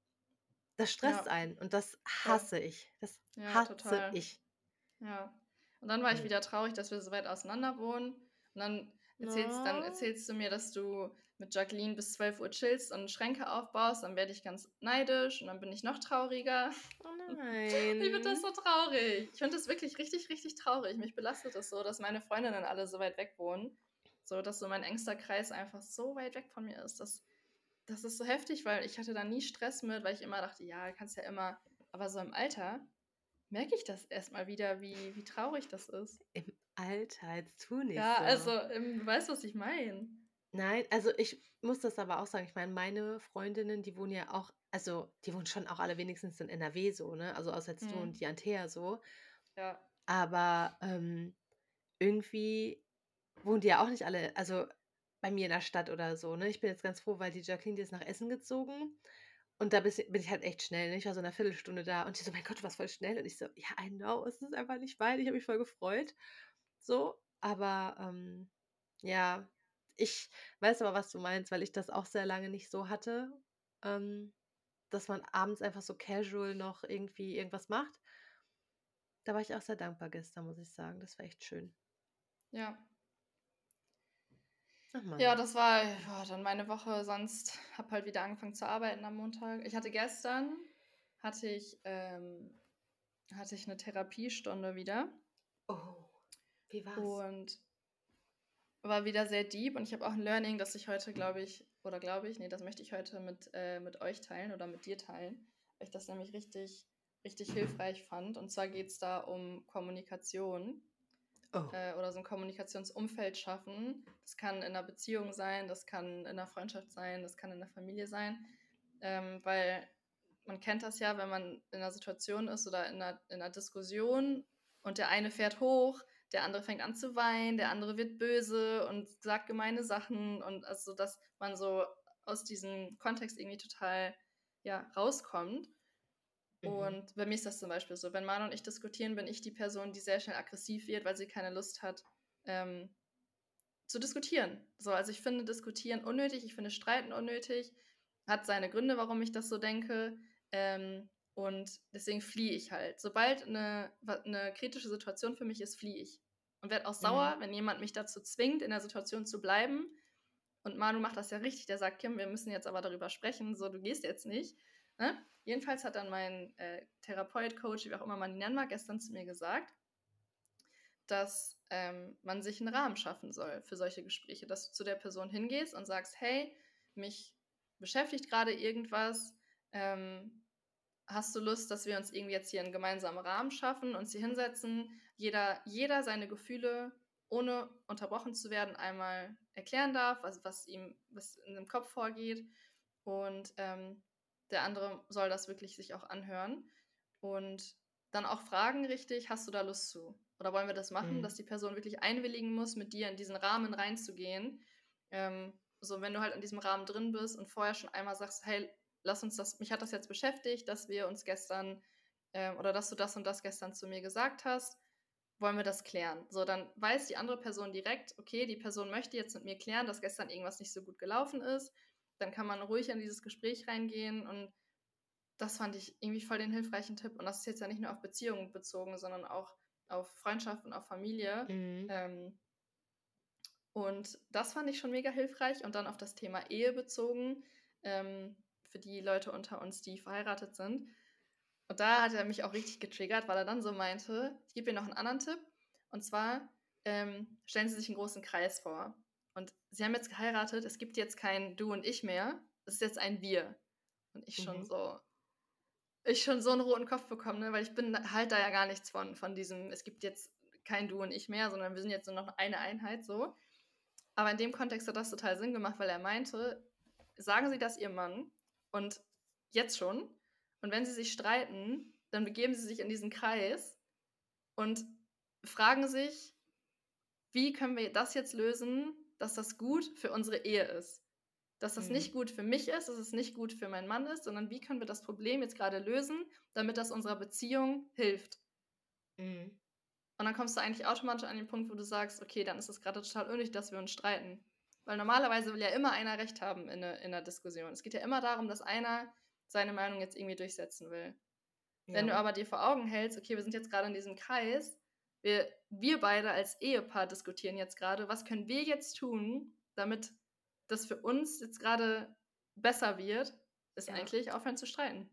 das stresst Ja. einen und das Voll. hasse ich. Das Ja, hasse total. ich. Ja. Und dann war ich Ne. wieder traurig, dass wir so weit auseinander wohnen. Und dann erzählst dann Oh. erzählst du mir, dass du mit Jacqueline bis zwölf Uhr chillst und Schränke aufbaust, dann werde ich ganz neidisch und dann bin ich noch trauriger. Oh Ich finde das nein. so traurig. Ich finde das wirklich richtig, richtig traurig. Mich belastet das so, dass meine Freundinnen alle so weit weg wohnen. So, dass so mein engster Kreis einfach so weit weg von mir ist. Das das ist so heftig, weil ich hatte da nie Stress mit, weil ich immer dachte: „Ja, kannst ja immer“ aber so im Alter merke ich das erst mal wieder, wie wie traurig das ist. Im Alter, jetzt tu nicht Ja, also, so. ähm, du weißt, was ich meine. Nein, also, ich muss das aber auch sagen, ich meine, meine Freundinnen, die wohnen ja auch also, die wohnen schon auch alle wenigstens in N R W so, ne? Also, außer jetzt du und Mhm. die Antea so. Ja. Aber, ähm, irgendwie wohnen die ja auch nicht alle also, bei mir in der Stadt oder so, ne? Ich bin jetzt ganz froh, weil die Jacqueline, die ist nach Essen gezogen und da bis bin ich halt echt schnell, ne? Ich war so in 'ner Viertelstunde da und die so: „Mein Gott, du warst voll schnell.“ Und ich so: „Ja, I know, es ist einfach nicht weit.“ Ich habe mich voll gefreut, so. Aber, ähm, ja, ich weiß aber, was du meinst, weil ich das auch sehr lange nicht so hatte, ähm, dass man abends einfach so casual noch irgendwie irgendwas macht. Da war ich auch sehr dankbar gestern, muss ich sagen. Das war echt schön. Ja. Ach Ja, Mann. das war, ja, dann meine Woche, sonst habe halt wieder angefangen zu arbeiten am Montag. Ich hatte gestern hatte ich ähm, hatte ich 'ne Therapiestunde wieder. Oh, wie war's? Und war wieder sehr deep und ich habe auch 'n Learning, das ich heute, glaube ich oder glaube ich, ne, das möchte ich heute mit äh, mit euch teilen oder mit dir teilen, weil ich das nämlich richtig richtig hilfreich fand. Und zwar geht's da um Kommunikation, Oh. äh, oder so 'n Kommunikationsumfeld schaffen. Das kann in 'ner Beziehung sein, das kann in 'ner Freundschaft sein, das kann in der Familie sein. Ähm, weil man kennt das ja, wenn man in einer Situation ist oder in einer, in einer Diskussion und der eine fährt hoch, der andere fängt an zu weinen, der andere wird böse und sagt gemeine Sachen und also, dass man so aus diesem Kontext irgendwie total, ja, rauskommt. Mhm. Und bei mir ist das zum Beispiel so, wenn Manu und ich diskutieren, bin ich die Person, die sehr schnell aggressiv wird, weil sie keine Lust hat, ähm, zu diskutieren. So, also ich finde Diskutieren unnötig, ich finde Streiten unnötig, hat seine Gründe, warum ich das so denke. Ähm, und deswegen fliehe ich halt. Sobald eine, wa- eine kritische Situation für mich ist, fliehe ich. Und werde auch Mhm. sauer, wenn jemand mich dazu zwingt, in der Situation zu bleiben. Und Manu macht das ja richtig, der sagt, Kim, wir müssen jetzt aber darüber sprechen, so, du gehst jetzt nicht. Ne? Jedenfalls hat dann mein äh, Therapeut, Coach, wie auch immer man ihn nennen mag, gestern zu mir gesagt, dass ähm, man sich einen Rahmen schaffen soll für solche Gespräche, dass du zu der Person hingehst und sagst, hey, mich beschäftigt gerade irgendwas, ähm, hast du Lust, dass wir uns irgendwie jetzt hier einen gemeinsamen Rahmen schaffen, uns hier hinsetzen, jeder, jeder seine Gefühle, ohne unterbrochen zu werden, einmal erklären darf, was, was ihm was in dem Kopf vorgeht und ähm, der andere soll das wirklich sich auch anhören und dann auch fragen richtig, hast du da Lust zu? Oder wollen wir das machen, dass Mhm. die Person wirklich einwilligen muss, mit dir in diesen Rahmen reinzugehen? Ähm, so, wenn du halt in diesem Rahmen drin bist und vorher schon einmal sagst, hey, lass uns das, mich hat das jetzt beschäftigt, dass wir uns gestern ähm, oder dass du das und das gestern zu mir gesagt hast, wollen wir das klären? So, dann weiß die andere Person direkt, okay, die Person möchte jetzt mit mir klären, dass gestern irgendwas nicht so gut gelaufen ist. Dann kann man ruhig in dieses Gespräch reingehen und das fand ich irgendwie voll den hilfreichen Tipp. Und das ist jetzt ja nicht nur auf Beziehungen bezogen, sondern auch auf Freundschaft und auf Familie. Mhm. Ähm, und das fand ich schon mega hilfreich. Und dann auf das Thema Ehe bezogen, ähm, für die Leute unter uns, die verheiratet sind. Und da hat er mich auch richtig getriggert, weil er dann so meinte, ich gebe dir noch einen anderen Tipp. Und zwar ähm, stellen Sie sich einen großen Kreis vor. Und Sie haben jetzt geheiratet, es gibt jetzt kein Du und Ich mehr, es ist jetzt ein Wir. Und ich schon Mhm. so, ich schon so einen roten Kopf bekommen, ne? Weil ich bin halt da ja gar nichts von, von diesem, es gibt jetzt kein Du und Ich mehr, sondern wir sind jetzt nur noch eine Einheit so. Aber in dem Kontext hat das total Sinn gemacht, weil er meinte, sagen Sie das Ihrem Mann und jetzt schon. Und wenn Sie sich streiten, dann begeben Sie sich in diesen Kreis und fragen sich, wie können wir das jetzt lösen, dass das gut für unsere Ehe ist. Dass das Mhm. nicht gut für mich ist, dass es nicht gut für meinen Mann ist, sondern wie können wir das Problem jetzt gerade lösen, damit das unserer Beziehung hilft. Mhm. Und dann kommst du eigentlich automatisch an den Punkt, wo du sagst, okay, dann ist es gerade total unnötig, dass wir uns streiten. Weil normalerweise will ja immer einer Recht haben in, ne, in einer Diskussion. Es geht ja immer darum, dass einer seine Meinung jetzt irgendwie durchsetzen will. Wenn du Ja. aber dir vor Augen hältst, okay, wir sind jetzt gerade in diesem Kreis, wir, wir beide als Ehepaar diskutieren jetzt gerade, was können wir jetzt tun, damit das für uns jetzt gerade besser wird, ist Ja. eigentlich aufhören zu streiten.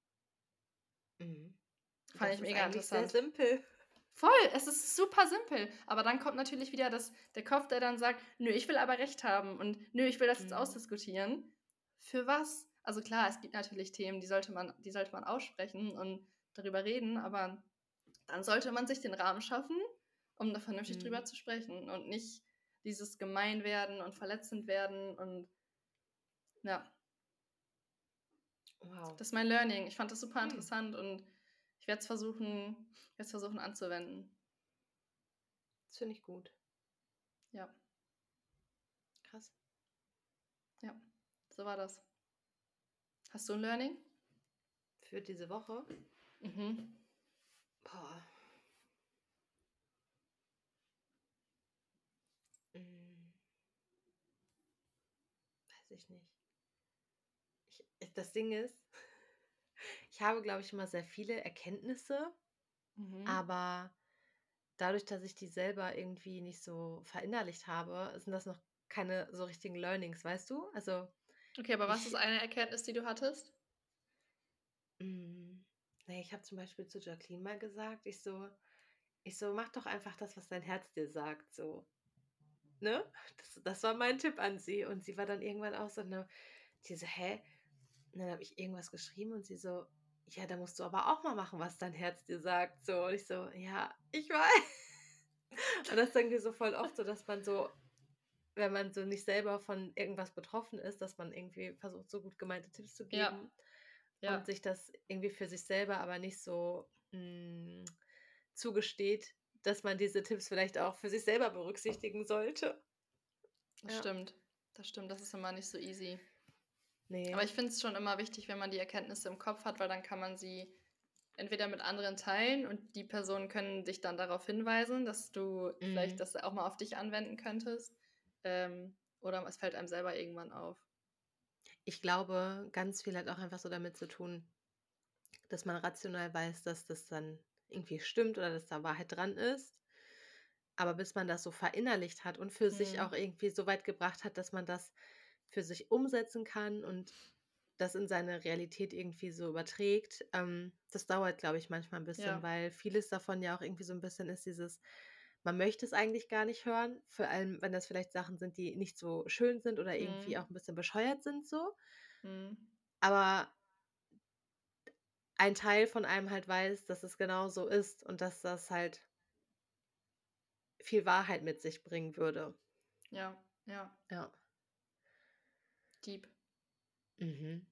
Mhm. Fand Das ich ist mega eigentlich sehr interessant. simpel. Voll, es ist super simpel. Aber dann kommt natürlich wieder das, der Kopf, der dann sagt, nö, ich will aber Recht haben und nö, ich will das jetzt Mhm. ausdiskutieren. Für was? Also klar, es gibt natürlich Themen, die sollte man, die sollte man aussprechen und darüber reden, aber dann sollte man sich den Rahmen schaffen, um da vernünftig drüber Mhm. zu sprechen und nicht dieses gemein werden und verletzend werden und ja, Wow. das ist mein Learning. Ich fand das super Hm. interessant und ich werde es versuchen, ich werde es versuchen anzuwenden. Das finde ich gut. Ja, Krass. ja, so war das. Hast du ein Learning? Für diese Woche. Mhm. Boah. Hm, weiß ich nicht. Ich, ich- das Ding ist, ich habe, glaube ich, immer sehr viele Erkenntnisse, Mhm. aber dadurch, dass ich die selber irgendwie nicht so verinnerlicht habe, sind das noch keine so richtigen Learnings, weißt du? Also Okay, aber was ist ich, eine Erkenntnis, die du hattest? mm, nee, ich habe zum Beispiel zu Jacqueline mal gesagt, ich so, ich so, mach doch einfach das, was dein Herz dir sagt, so, ne? Das, das war mein Tipp an sie. Und sie war dann irgendwann auch so, ne, die so, hä? Und dann habe ich irgendwas geschrieben und sie so, ja, da musst du aber auch mal machen, was dein Herz dir sagt. So, und ich so, ja, ich weiß. Und das ist irgendwie so voll oft so, dass man so, wenn man so nicht selber von irgendwas betroffen ist, dass man irgendwie versucht, so gut gemeinte Tipps zu Ja. geben. und Ja, sich das irgendwie für sich selber aber nicht so, hm, zugesteht, dass man diese Tipps vielleicht auch für sich selber berücksichtigen sollte. das Ja. stimmt. Das stimmt, das ist immer nicht so easy. Aber Ne. ich finde es schon immer wichtig, wenn man die Erkenntnisse im Kopf hat, weil dann kann man sie entweder mit anderen teilen und die Personen können dich dann darauf hinweisen, dass du vielleicht Mhm. das auch mal auf dich anwenden könntest. Ähm, oder es fällt einem selber irgendwann auf. Ich glaube, ganz viel hat auch einfach so damit zu tun, dass man rational weiß, dass das dann irgendwie stimmt oder dass da Wahrheit dran ist. Aber bis man das so verinnerlicht hat und für sich auch Mhm. irgendwie so weit gebracht hat, dass man das für sich umsetzen kann und das in seine Realität irgendwie so überträgt, ähm, das dauert, glaube ich, manchmal ein bisschen, Ja. weil vieles davon ja auch irgendwie so ein bisschen ist dieses man möchte es eigentlich gar nicht hören, vor allem, wenn das vielleicht Sachen sind, die nicht so schön sind oder irgendwie Mhm. auch ein bisschen bescheuert sind so. Mhm. Aber ein Teil von einem halt weiß, dass es genau so ist und dass das halt viel Wahrheit mit sich bringen würde. Ja. Ja. Ja. Deep. Mhm.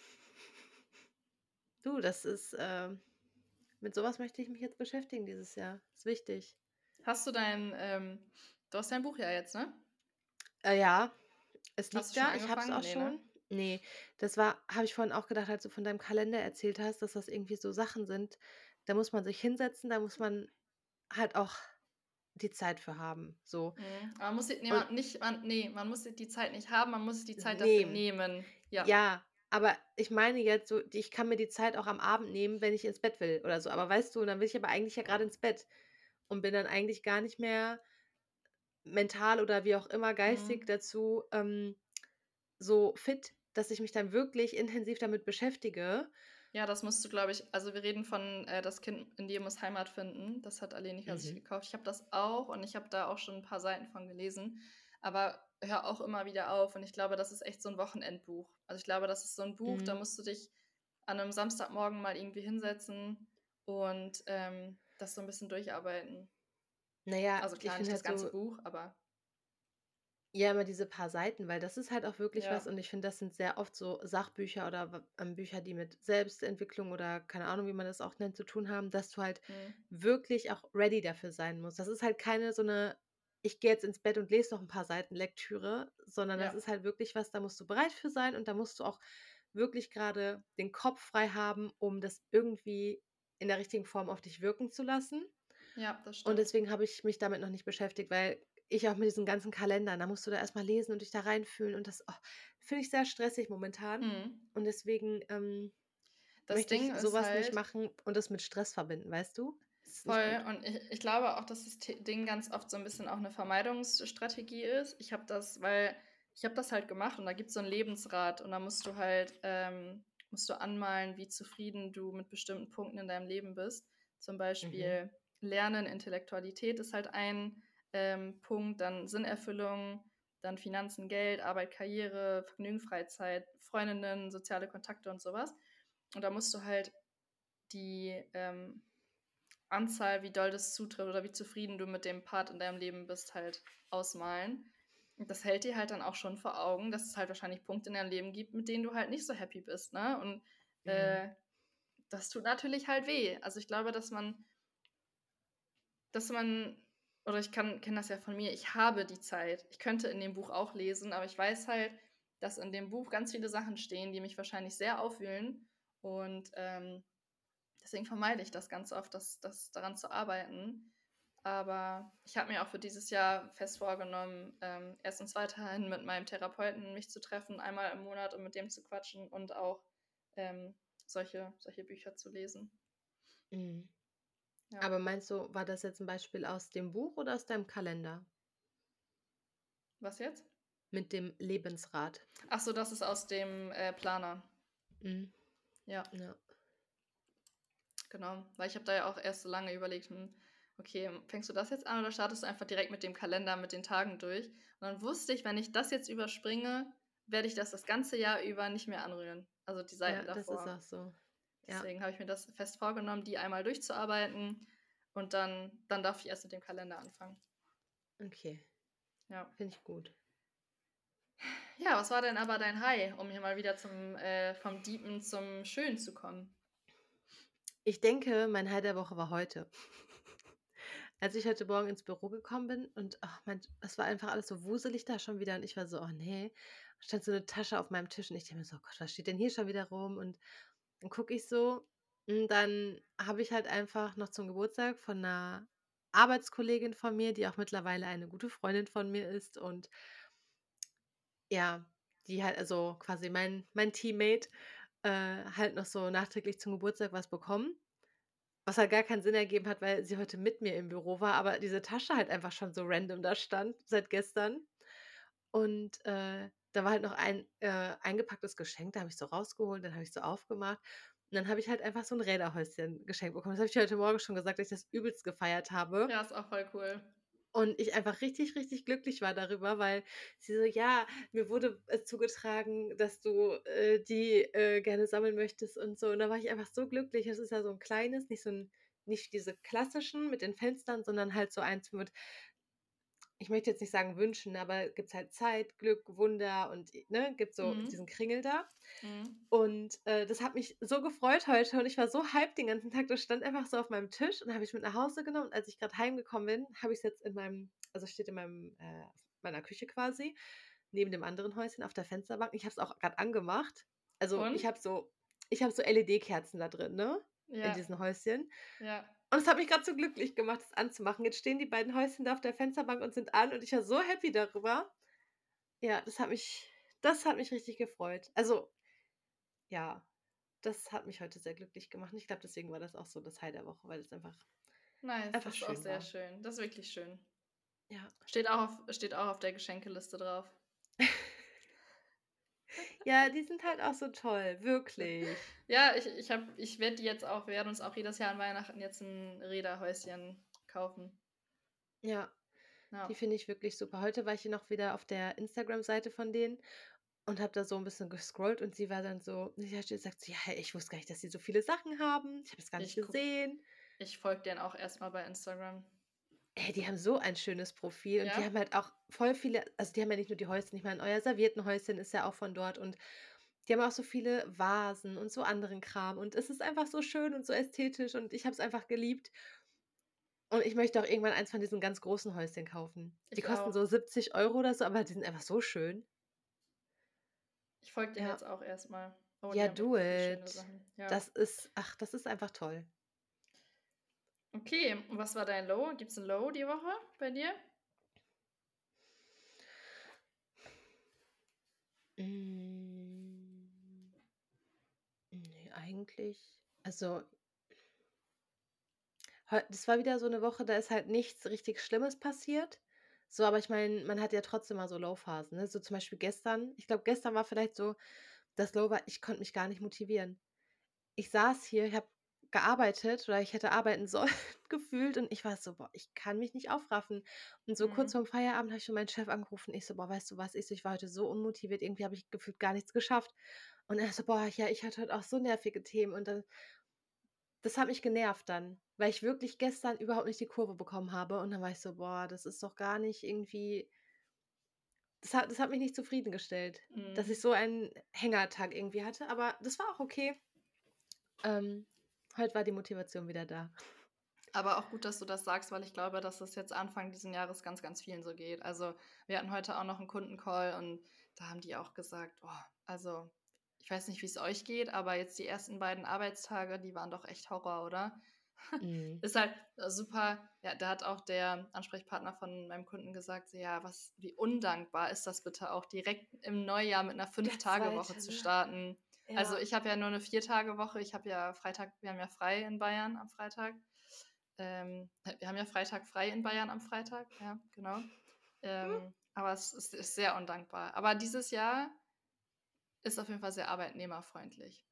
Du, das ist, ähm mit sowas möchte ich mich jetzt beschäftigen dieses Jahr. Ist wichtig. Hast du dein, ähm, du hast dein Buch ja jetzt, ne? Äh, ja, es Hast du liegt schon da. Ich habe es angefangen? auch Nee, ne? schon. Ne, das war habe ich vorhin auch gedacht, als du von deinem Kalender erzählt hast, dass das irgendwie so Sachen sind, da muss man sich hinsetzen, da muss man halt auch die Zeit für haben, so. Mhm. Aber man muss sich, nee, Und man, nicht, man, nee, man muss sich die Zeit nicht haben, man muss sich die Zeit dafür nehmen. nehmen. Ja. Ja, aber ich meine jetzt so, ich kann mir die Zeit auch am Abend nehmen, wenn ich ins Bett will oder so. Aber weißt du, dann will ich aber eigentlich ja grade ins Bett und bin dann eigentlich gar nicht mehr mental oder wie auch immer geistig Mhm. dazu, ähm, so fit, dass ich mich dann wirklich intensiv damit beschäftige. Ja, das musst du, glaube ich, also wir reden von äh, Das Kind in dir muss Heimat finden. Das hat Alenika sich Mhm. gekauft. Ich habe das auch und ich habe da auch schon ein paar Seiten von gelesen. Aber hör auch immer wieder auf. Und ich glaube, das ist echt so ein Wochenendbuch. Also ich glaube, das ist so ein Buch, da Mhm. musst du dich an einem Samstagmorgen mal irgendwie hinsetzen und ähm, das so ein bisschen durcharbeiten. Na ja, Also ich klar, nicht finde das halt ganze so Buch, aber ja, immer diese paar Seiten, weil das ist halt auch wirklich ja. was und ich finde, das sind sehr oft so Sachbücher oder w ähm, Bücher, die mit Selbstentwicklung oder keine Ahnung, wie man das auch nennt, zu tun haben, dass du halt Mhm. wirklich auch ready dafür sein musst. Das ist halt keine so eine „Ich gehe jetzt ins Bett und lese noch ein paar Seiten“ Lektüre, sondern das Ja. ist halt wirklich was, da musst du bereit für sein und da musst du auch wirklich gerade den Kopf frei haben, um das irgendwie in der richtigen Form auf dich wirken zu lassen. Ja, das Und stimmt. deswegen habe ich mich damit noch nicht beschäftigt, weil ich auch mit diesen ganzen Kalendern, da musst du da erst mal lesen und dich da reinfühlen und das, oh, finde ich sehr stressig momentan. Mhm. Und deswegen, ähm, Das möchte ich Ding ist sowas nicht halt, machen und das mit Stress verbinden, weißt du? Das ist nicht voll. gut. Und ich, ich glaube auch, dass das The- Ding ganz oft so ein bisschen auch eine Vermeidungsstrategie ist. Ich habe das, weil ich habe das halt gemacht und da gibt es so einen Lebensrat und da musst du halt, ähm, musst du anmalen, wie zufrieden du mit bestimmten Punkten in deinem Leben bist. Zum Mhm, Beispiel Lernen, Intellektualität ist halt ein ähm, Punkt, dann Sinnerfüllung, dann Finanzen, Geld, Arbeit, Karriere, Vergnügen, Freizeit, Freundinnen, soziale Kontakte und sowas. Und da musst du halt die ähm, Anzahl, wie doll das zutrifft oder wie zufrieden du mit dem Part in deinem Leben bist, halt ausmalen. Und das hält dir halt dann auch schon vor Augen, dass es halt wahrscheinlich Punkte in deinem Leben gibt, mit denen du halt nicht so happy bist, ne? Und mhm, äh, das tut natürlich halt weh. Also ich glaube, dass man, dass man, oder ich kann kenne das ja von mir, ich habe die Zeit. Ich könnte in dem Buch auch lesen, aber ich weiß halt, dass in dem Buch ganz viele Sachen stehen, die mich wahrscheinlich sehr aufwühlen. Und ähm, deswegen vermeide ich das ganz oft, das, das daran zu arbeiten. Aber ich habe mir auch für dieses Jahr fest vorgenommen, ähm, erstens weiterhin mit meinem Therapeuten mich zu treffen, einmal im Monat, um mit dem zu quatschen und auch ähm, solche, solche Bücher zu lesen. mhm. Ja. Aber meinst du, war das jetzt ein Beispiel aus dem Buch oder aus deinem Kalender Was jetzt? mit dem Lebensrat? Ach so, das ist aus dem äh, Planer. Mhm, Ja, ja. genau. Weil ich habe da ja auch erst so lange überlegt, hm, okay, fängst du das jetzt an oder startest du einfach direkt mit dem Kalender, mit den Tagen durch? Und dann wusste ich, wenn ich das jetzt überspringe, werde ich das das ganze Jahr über nicht mehr anrühren. Also die Ja, Seiten das ist davor. auch so. Ja, Deswegen habe ich mir das fest vorgenommen, die einmal durchzuarbeiten und dann, dann darf ich erst mit dem Kalender anfangen. okay, Ja. finde ich gut. Ja, was war denn aber dein High, um hier mal wieder zum äh, vom Deepen zum Schönen zu kommen? Ich denke, mein High der Woche war heute. Als ich heute Morgen ins Büro gekommen bin und, ach, mein es war einfach alles so wuselig da schon wieder und ich war so: „Oh ne." Stand so 'ne Tasche auf meinem Tisch und ich denke mir so: „Oh Gott, was steht denn hier schon wieder rum?" Und dann gucke ich so und dann habe ich halt einfach noch zum Geburtstag von 'ner Arbeitskollegin von mir, die auch mittlerweile eine gute Freundin von mir ist und ja, die halt also quasi mein mein Teammate, äh, halt noch so nachträglich zum Geburtstag was bekommen, was halt gar keinen Sinn ergeben hat, weil sie heute mit mir im Büro war, aber diese Tasche halt einfach schon so random da stand seit gestern. Und, äh, da war halt noch ein, äh, eingepacktes Geschenk, da habe ich so rausgeholt, dann habe ich so aufgemacht und dann habe ich halt einfach so 'n Räderhäuschen geschenkt bekommen. Das habe ich dir heute Morgen schon gesagt, dass ich das übelst gefeiert habe. Ja, ist auch voll cool. Und ich einfach richtig, richtig glücklich war darüber, weil sie so: „Ja, mir wurde, äh, zugetragen, dass du, äh, die, äh, gerne sammeln möchtest" und so. Und da war ich einfach so glücklich. Es ist ja so 'n kleines, nicht so 'n nicht diese klassischen mit den Fenstern, sondern halt so eins mit ich möchte jetzt nicht sagen Wünschen, aber gibt's halt Zeit, Glück, Wunder und, i ne, gibt so Mhm. diesen Kringel da. Mhm. Und, äh, das hat mich so gefreut heute und ich war so hyped den ganzen Tag. Das stand einfach so auf meinem Tisch und habe ich mit nach Hause genommen. Und als ich grad heimgekommen bin, habe ich's jetzt in meinem also, es steht in meinem äh, meiner Küche quasi, neben dem anderen Häuschen auf der Fensterbank. Ich habe es auch grad angemacht. Also, ich Und? habe so ich habe so L E D-Kerzen da drin, ne, in Ja, diesen Häuschen. ja. Und es hat mich grad so glücklich gemacht, das anzumachen. Jetzt stehen die beiden Häuschen da auf der Fensterbank und sind an und ich war so happy darüber. Ja, das hat mich das hat mich richtig gefreut. Also, ja, das hat mich heute sehr glücklich gemacht und ich glaube, deswegen war das auch so das High der Woche, weil es einfach Nice, einfach das ist auch schön sehr war. schön. Das ist wirklich schön. Ja. Steht auch auf steht auch auf der Geschenkeliste drauf. Ja, die sind halt auch so toll, wirklich. Ja, ich ich habe ich werde die jetzt auch wir werden uns auch jedes Jahr an Weihnachten jetzt 'n Räderhäuschen kaufen. Ja, die Ja. finde ich wirklich super. Heute war ich hier noch wieder auf der Instagram-Seite von denen und habe da so 'n bisschen gescrollt und sie war dann so sie hat gesagt so: „Ja, hey, ich wusste gar nicht, dass sie so viele Sachen haben. Ich habe das gar nicht Ich gucke gesehen." ich folge denen auch erst mal bei Instagram. Ey, die haben so ein schönes Profil und die Ja? haben halt auch voll viele also, die haben ja nicht nur die Häuschen, ich meine, euer Serviettenhäuschen ist ja auch von dort und die haben auch so viele Vasen und so anderen Kram und es ist einfach so schön und so ästhetisch und ich habe es einfach geliebt. Und ich möchte auch irgendwann eins von diesen ganz großen Häuschen kaufen. Die Ich kosten auch. so siebzig Euro oder so, aber die sind einfach so schön. Ich folge denen Ja. jetzt auch erst mal. Oh, die Ja, haben do wirklich schöne it. Sachen. Ja. Das ist ach, das ist einfach toll. Okay, und was war dein Low? Gibt's 'n Low die Woche bei dir? Hm. Ne, eigentlich also heu das war wieder so 'ne Woche, da ist halt nichts richtig Schlimmes passiert. So, aber ich meine, man hat ja trotzdem mal so Low-Phasen, ne? So zum Beispiel gestern. Ich glaube, gestern war vielleicht so das Low war, ich konnte mich gar nicht motivieren. Ich saß hier, ich habe gearbeitet oder ich hätte arbeiten sollen gefühlt und ich war so: „Boah, ich kann mich nicht aufraffen." Und so kurz Mhm. vorm Feierabend habe ich schon meinen Chef angerufen. Ich so: „Boah, weißt du was?" Ich so: „Ich war heute so unmotiviert, irgendwie habe ich gefühlt gar nichts geschafft." Und er so: „Boah, ja, ich hatte heute auch so nervige Themen." Und dann das hat mich genervt dann, weil ich wirklich gestern überhaupt nicht die Kurve bekommen habe und dann war ich so: „Boah, das ist doch gar nicht irgendwie" das hat das hat mich nicht zufriedengestellt, dass ich Mhm. so einen Hängertag irgendwie hatte, aber das war auch okay. Ähm, heute war die Motivation wieder da. Aber auch gut, dass du das sagst, weil ich glaube, dass es jetzt Anfang diesen Jahres ganz, ganz vielen so geht. Also, wir hatten heute auch noch 'n Kundencall und da haben die auch gesagt: „Oh, also, ich weiß nicht, wie's euch geht, aber jetzt die ersten beiden Arbeitstage, die waren doch echt Horror, oder?" Mhm. Ist halt, äh, super ja, da hat auch der Ansprechpartner von meinem Kunden gesagt, so: „Ja, was wie undankbar ist das bitte auch, direkt im Neujahr mit 'ner Der Fünf-Tage-Woche zweite, zu ne? starten." Also, Ja. ich habe ja nur 'ne Vier-Tage-Woche. Ich habe ja Freitag wir haben ja frei in Bayern am Freitag. Ähm, äh, wir haben ja Freitag frei in Bayern am Freitag, ja, genau. Ähm, aber es ist ist sehr undankbar. Aber dieses Jahr ist auf jeden Fall sehr arbeitnehmerfreundlich.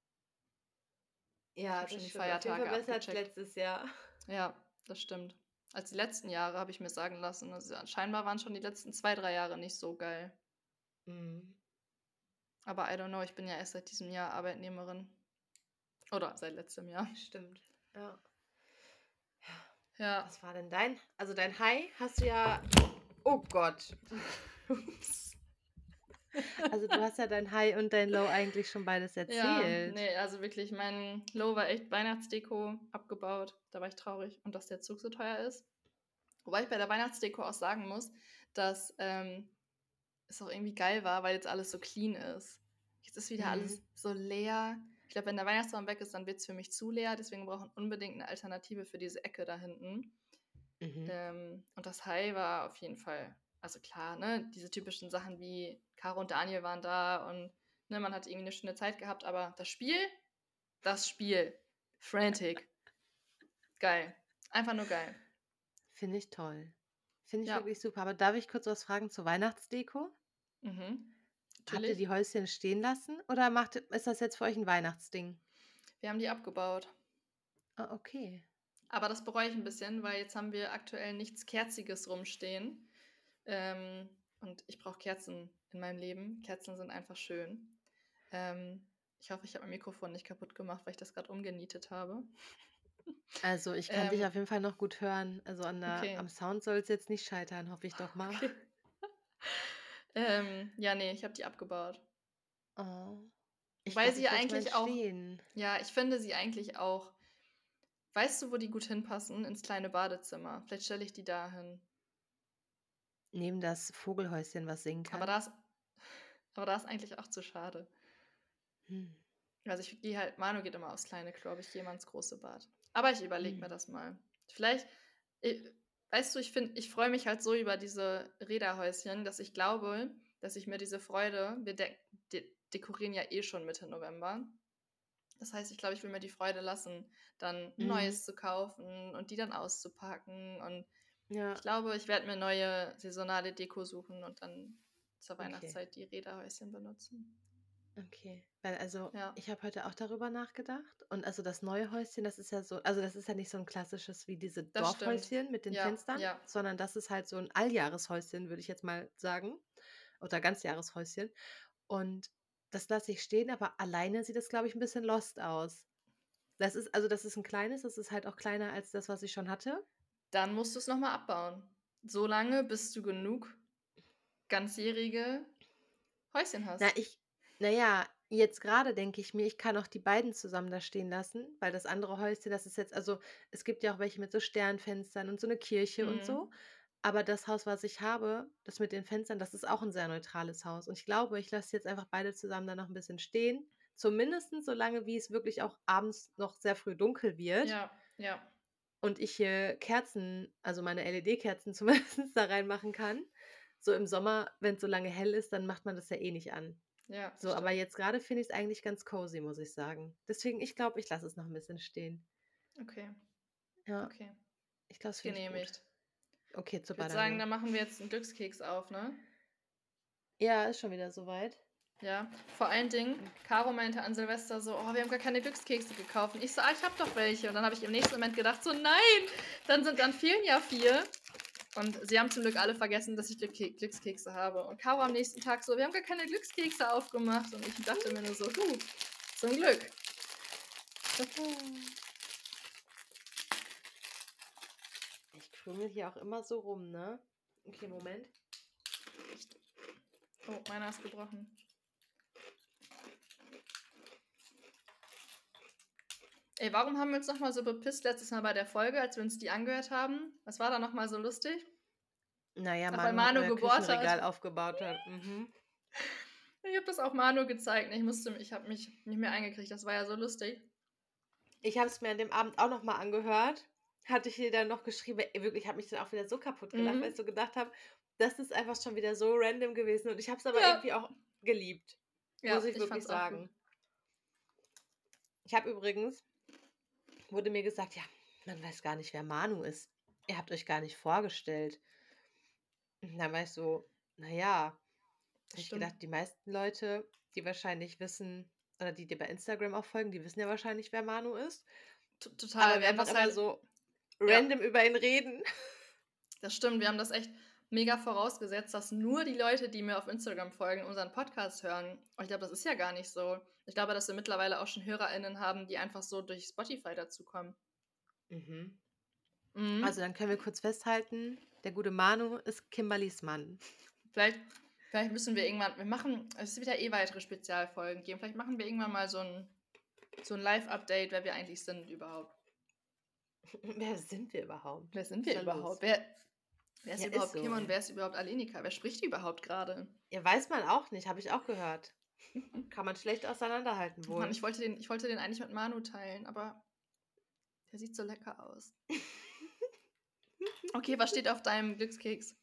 Ich Ja, habe schon das die stimmt. Auf jeden Fall Feiertage besser als abgecheckt. letztes Jahr. Ja, das stimmt. Als die letzten Jahre, habe ich mir sagen lassen. Also, ja, scheinbar waren schon die letzten zwei, drei Jahre nicht so geil. Mhm. Aber I don't know, ich bin ja erst seit diesem Jahr Arbeitnehmerin. Oder seit letztem Jahr. Stimmt, ja. Ja. Ja. Was war denn dein also, dein High hast du ja oh Gott. Ups. Also, du hast ja dein High und dein Low eigentlich schon beides Ja, erzählt. ne, also wirklich, mein Low war echt Weihnachtsdeko abgebaut. Da war ich traurig und dass der Zug so teuer ist. Wobei ich bei der Weihnachtsdeko auch sagen muss, dass, ähm, es auch irgendwie geil war, weil jetzt alles so clean ist. Jetzt ist wieder Mhm. alles so leer. Ich glaube, wenn der Weihnachtsbaum weg ist, dann wird's für mich zu leer, deswegen wir brauchen unbedingt 'ne Alternative für diese Ecke da hinten. Mhm. Ähm, und das High war auf jeden Fall also klar, ne, diese typischen Sachen wie Caro und Daniel waren da und, ne, man hat irgendwie 'ne schöne Zeit gehabt, aber das Spiel das Spiel, Frantic. Geil. Einfach nur geil. Finde ich toll. Finde ich Ja. wirklich super. Aber darf ich kurz was fragen zur Weihnachtsdeko? Mhm. Habt ihr Natürlich. die Häuschen stehen lassen oder macht ist das jetzt für euch 'n Weihnachtsding? Wir haben die abgebaut. Ah, okay. Aber das bereue ich 'n bisschen, weil jetzt haben wir aktuell nichts Kerziges rumstehen. Ähm, und ich brauche Kerzen in meinem Leben. Kerzen sind einfach schön. Ähm, ich hoffe, ich habe mein Mikrofon nicht kaputt gemacht, weil ich das grad umgenietet habe. Also, ich kann dich Ähm auf jeden Fall noch gut hören. Also, an der Okay. am Sound soll's jetzt nicht scheitern, hoffe ich doch mal. Okay. Ähm, ja, ne, ich habe die abgebaut. Oh. Ich Weil glaube, sie ich lasse meinen eigentlich auch stehen. ja, ich finde sie eigentlich auch weißt du, wo die gut hinpassen? Ins kleine Badezimmer. Vielleicht stelle ich die da hin. Neben das Vogelhäuschen, was singen Aber kann? da ist aber da ist eigentlich auch zu schade. Hm. Also, ich gehe halt Manu geht immer aufs kleine Klo, aber ich gehe immer ins große Bad. Aber ich überlege mir Hm. das mal. Vielleicht äh, weißt du, ich finde ich freue mich halt so über diese Räderhäuschen, dass ich glaube, dass ich mir diese Freude wir de de dekorieren ja eh schon Mitte November. Das heißt, ich glaube, ich will mir die Freude lassen, dann 'n Mhm. neues zu kaufen und die dann auszupacken. Und ich Ja. glaube, ich werde mir neue saisonale Deko suchen und dann zur Okay. Weihnachtszeit die Räderhäuschen benutzen. Okay. Weil also, Ja. ich habe heute auch darüber nachgedacht und also, das neue Häuschen, das ist ja so also, das ist ja nicht so 'n klassisches wie diese Das stimmt. Dorfhäuschen mit den Ja, Fenstern, ja. sondern das ist halt so 'n Alljahreshäuschen, würde ich jetzt mal sagen oder Ganzjahreshäuschen. Und das lasse ich stehen, aber alleine sieht das, glaube ich, 'n bisschen lost aus. Das ist also, das ist 'n kleines, das ist halt auch kleiner als das, was ich schon hatte. Dann musst du's noch mal abbauen. So lange, bis du genug ganzjährige Häuschen Na, hast. ich na ja, jetzt grade denke ich mir, ich kann auch die beiden zusammen da stehen lassen, weil das andere Häuschen, das ist jetzt also, es gibt ja auch welche mit so Sternfenstern und so 'ne Kirche und so. Mhm. Aber das Haus, was ich habe, das mit den Fenstern, das ist auch 'n sehr neutrales Haus. Und ich glaube, ich lasse jetzt einfach beide zusammen da noch 'n bisschen stehen, zumindest so lange, wie es wirklich auch abends noch sehr früh dunkel wird Ja, ja. und ich hier Kerzen also, meine LED-Kerzen zumindest da reinmachen kann. So im Sommer, wenn's so lange hell ist, dann macht man das ja eh nicht an. Ja, das So, aber stimmt. jetzt grade finde ich's eigentlich ganz cozy, muss ich sagen. Deswegen, ich glaube, ich lasse es noch 'n bisschen stehen. Okay. Ja. Okay. Ich glaube, das finde ich gut. Genehmigt. Okay, zur Ich würde sagen, Banane. dann machen wir jetzt 'n Glückskeks auf, ne? Ja, ist schon wieder so weit. Ja, vor allen Dingen, Caro meinte an Silvester so: „Oh, wir haben gar keine Glückskekse gekauft.“ Und ich so: „Ah, ich habe doch welche.“ Und dann habe ich im nächsten Moment gedacht so: „Nein, dann sind dann fehlen ja vier.“ Und sie haben zum Glück alle vergessen, dass ich Glückke Glückskekse habe. Und Caro am nächsten Tag so: „Wir haben gar keine Glückskekse aufgemacht.“ Und ich dachte mir nur so: „Hu, zum Glück.“ Ich krümel hier auch immer so rum, ne? Okay, Moment. Oh, meiner ist gebrochen. Ey, warum haben wir uns noch mal so bepisst letztes Mal bei der Folge, als wir uns die angehört haben? Was war da noch mal so lustig? Na ja, Ach, weil Manu hat Manu euer gebohrt hat. Küchenregal aufgebaut hat. Mhm. Ich habe das auch Manu gezeigt und ich musste ich habe mich nicht mehr eingekriegt. Das war ja so lustig. Ich habe es mir an dem Abend auch noch mal angehört. Hatte ich dir dann noch geschrieben ey, wirklich, ich habe mich dann auch wieder so kaputt gelacht, weil ich Mhm. so gedacht habe, das ist einfach schon wieder so random gewesen und ich habe es aber Ja. irgendwie auch geliebt, muss Ja, ich ich wirklich fand's auch gut. sagen. Ich habe übrigens wurde mir gesagt: „Ja, man weiß gar nicht, wer Manu ist. Ihr habt euch gar nicht vorgestellt.“ Und dann war ich so: „Na ja.“ Das Habe ich stimmt. gedacht, die meisten Leute, die wahrscheinlich wissen oder die dir bei Instagram auch folgen, die wissen ja wahrscheinlich, wer Manu ist. To total. Aber Wir wir haben einfach das immer halt so ja. random über ihn reden. Das stimmt. Wir haben das echt mega vorausgesetzt, dass nur die Leute, die mir auf Instagram folgen, unseren Podcast hören. Und ich glaube, das ist ja gar nicht so. Ich glaube, dass wir mittlerweile auch schon HörerInnen haben, die einfach so durch Spotify dazukommen. Mhm. Also, Mhm. dann können wir kurz festhalten, der gute Manu ist Kimberlys Mann. Vielleicht Vielleicht müssen wir irgendwann, wir machen, es wird ja eh weitere Spezialfolgen geben. Vielleicht machen wir irgendwann mal so ein, so ein Live-Update, wer wir eigentlich sind überhaupt. Wer sind wir überhaupt? Wer sind Was wir ist da überhaupt? los? Wer, wer ist Ja, ist überhaupt so. Kim und wer ist überhaupt Alenika? Wer spricht überhaupt gerade? Ja, weiß man auch nicht, habe ich auch gehört. Kann man schlecht auseinanderhalten wohl. Mann, ich wollte den, ich wollte den eigentlich mit Manu teilen, aber der sieht so lecker aus. Okay, was steht auf deinem Glückskeks?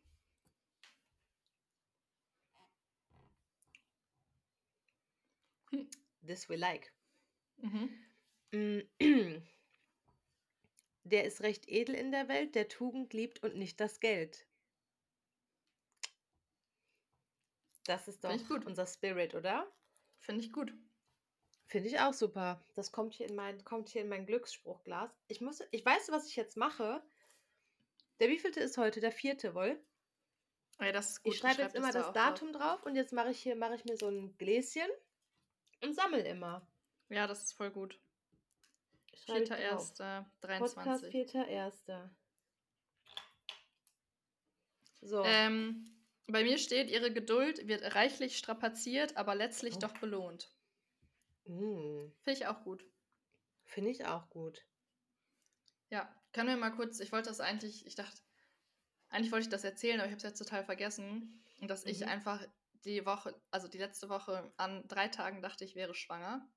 This we like. Mhm. Mm. Der ist recht edel in der Welt, der Tugend liebt und nicht das Geld. Das ist Finde ich doch gut. unser Spirit, oder? Finde ich gut. Finde ich auch super. Das kommt hier in mein, kommt hier in mein Glücksspruchglas. Ich muss, ich weiß, was ich jetzt mache. Der wievielte ist heute? Der vierte, wohl? Ja, das ist gut. Ich schreibe schreib jetzt immer da das auch Datum drauf und jetzt mache ich hier, mache ich mir so ein Gläschen und sammel immer. Ja, das ist voll gut. Schreibe ich vierter drauf. erster Podcast dreiundzwanzig. vierter erster So. Ähm, bei mir steht, ihre Geduld wird reichlich strapaziert, aber letztlich Oh. doch belohnt. Mm. Finde ich auch gut. Finde ich auch gut. Ja, können wir mal kurz, ich wollte das eigentlich, ich dachte, eigentlich wollte ich das erzählen, aber ich habe es jetzt total vergessen, dass ich Mhm. einfach die Woche, also die letzte Woche an drei Tagen dachte, ich wäre schwanger.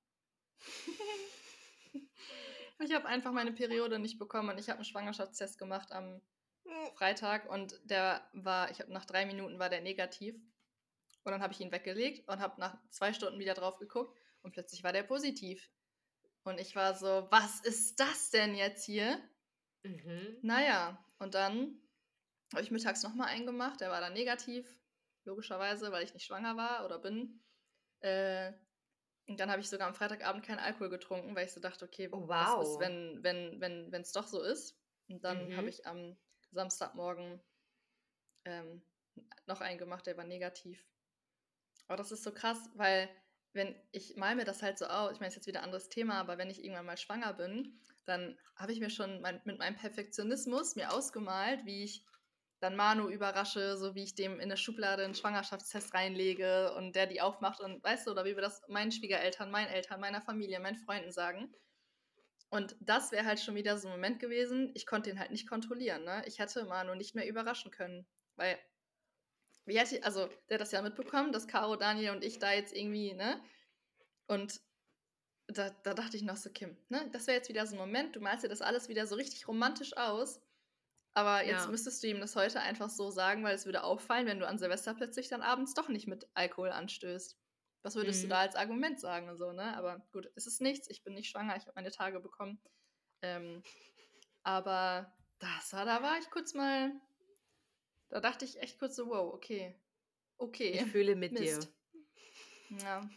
Ich habe einfach meine Periode nicht bekommen und ich habe einen Schwangerschaftstest gemacht am Freitag und der war, ich habe nach drei Minuten war der negativ und dann habe ich ihn weggelegt und habe nach zwei Stunden wieder drauf geguckt und plötzlich war der positiv. Und ich war so, was ist das denn jetzt hier? Mhm. Naja, und dann habe ich mittags nochmal einen gemacht, der war dann negativ, logischerweise, weil ich nicht schwanger war oder bin. Äh, und dann habe ich sogar am Freitagabend keinen Alkohol getrunken, weil ich so dachte, okay, Oh, was ist, wow. wenn wenn wenn wenn es doch so ist? Und dann Mhm. habe ich am Samstagmorgen ähm, noch einen gemacht, der war negativ. Aber das ist so krass, weil wenn ich mal mir das halt so aus, ich meine, es ist jetzt wieder ein anderes Thema, aber wenn ich irgendwann mal schwanger bin, dann habe ich mir schon mein, mit meinem Perfektionismus mir ausgemalt, wie ich dann Manu überrasche, so wie ich dem in eine Schublade einen Schwangerschaftstest reinlege und der die aufmacht und weißt du, oder wie wir das meinen Schwiegereltern, meinen Eltern, meiner Familie, meinen Freunden sagen. Und das wäre halt schon wieder so ein Moment gewesen, ich konnte ihn halt nicht kontrollieren, ne? Ich hätte Manu nicht mehr überraschen können, weil wie hätte, also der hat das ja mitbekommen, dass Caro, Daniel und ich da jetzt irgendwie, ne? Und da, da dachte ich noch so, Kim, ne? Das wäre jetzt wieder so ein Moment, du malst dir das alles wieder so richtig romantisch aus. Aber jetzt Ja. müsstest du ihm das heute einfach so sagen, weil es würde auffallen, wenn du an Silvester plötzlich dann abends doch nicht mit Alkohol anstößt. Was würdest du Mhm. da als Argument sagen und so, ne? Aber gut, es ist nichts, ich bin nicht schwanger, ich habe meine Tage bekommen. Ähm, aber das war, da war ich kurz mal, da dachte ich echt kurz so, wow, okay. Okay. Ich fühle mit Mist. dir. Ja.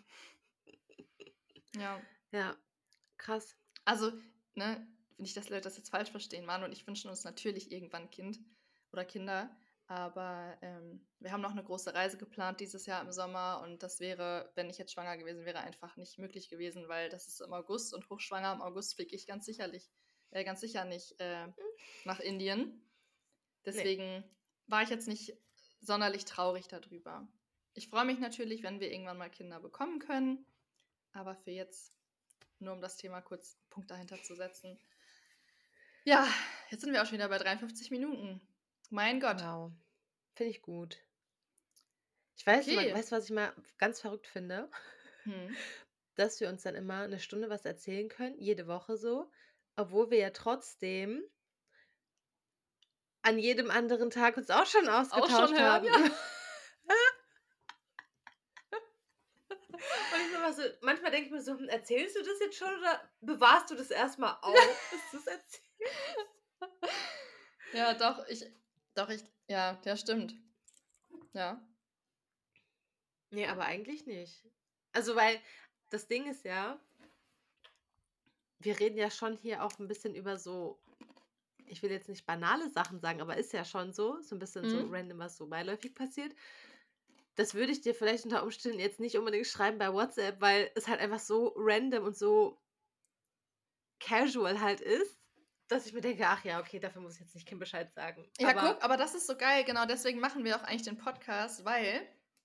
Ja. Ja, krass. Also, ne, nicht, dass Leute das jetzt falsch verstehen. Manu und ich wünschen uns natürlich irgendwann ein Kind oder Kinder, aber ähm, wir haben noch eine große Reise geplant dieses Jahr im Sommer und das wäre, wenn ich jetzt schwanger gewesen wäre, einfach nicht möglich gewesen, weil das ist im August und hochschwanger im August fliege ich ganz sicherlich, äh, ganz sicher nicht äh, nach Indien. Deswegen war ich jetzt nicht sonderlich traurig darüber. Ich freue mich natürlich, wenn wir irgendwann mal Kinder bekommen können, aber für jetzt, nur um das Thema kurz einen Punkt dahinter zu setzen. Ja, jetzt sind wir auch schon wieder bei dreiundfünfzig Minuten. Mein Gott. Wow. Finde ich gut. Ich weiß, Okay. mal, weißt du, was ich mal ganz verrückt finde? Hm. Dass wir uns dann immer eine Stunde was erzählen können, jede Woche so, obwohl wir ja trotzdem an jedem anderen Tag uns auch schon Auch ausgetauscht schon hören, haben. ja. Und ich bin immer so, manchmal denke ich mir so, hm, erzählst du das jetzt schon oder bewahrst du das erstmal auf, bis du es erzählst? Ja, doch, ich, doch, ich, ja, der stimmt. Ja. Nee, aber eigentlich nicht. Also, weil das Ding ist ja, wir reden ja schon hier auch ein bisschen über so, ich will jetzt nicht banale Sachen sagen, aber ist ja schon so, so ein bisschen so Mhm. random, was so beiläufig passiert. Das würde ich dir vielleicht unter Umständen jetzt nicht unbedingt schreiben bei WhatsApp, weil es halt einfach so random und so casual halt ist, dass ich mir denke, ach ja, okay, dafür muss ich jetzt nicht Kim Bescheid sagen. Ja, Aber guck, aber das ist so geil, genau deswegen machen wir auch eigentlich den Podcast, weil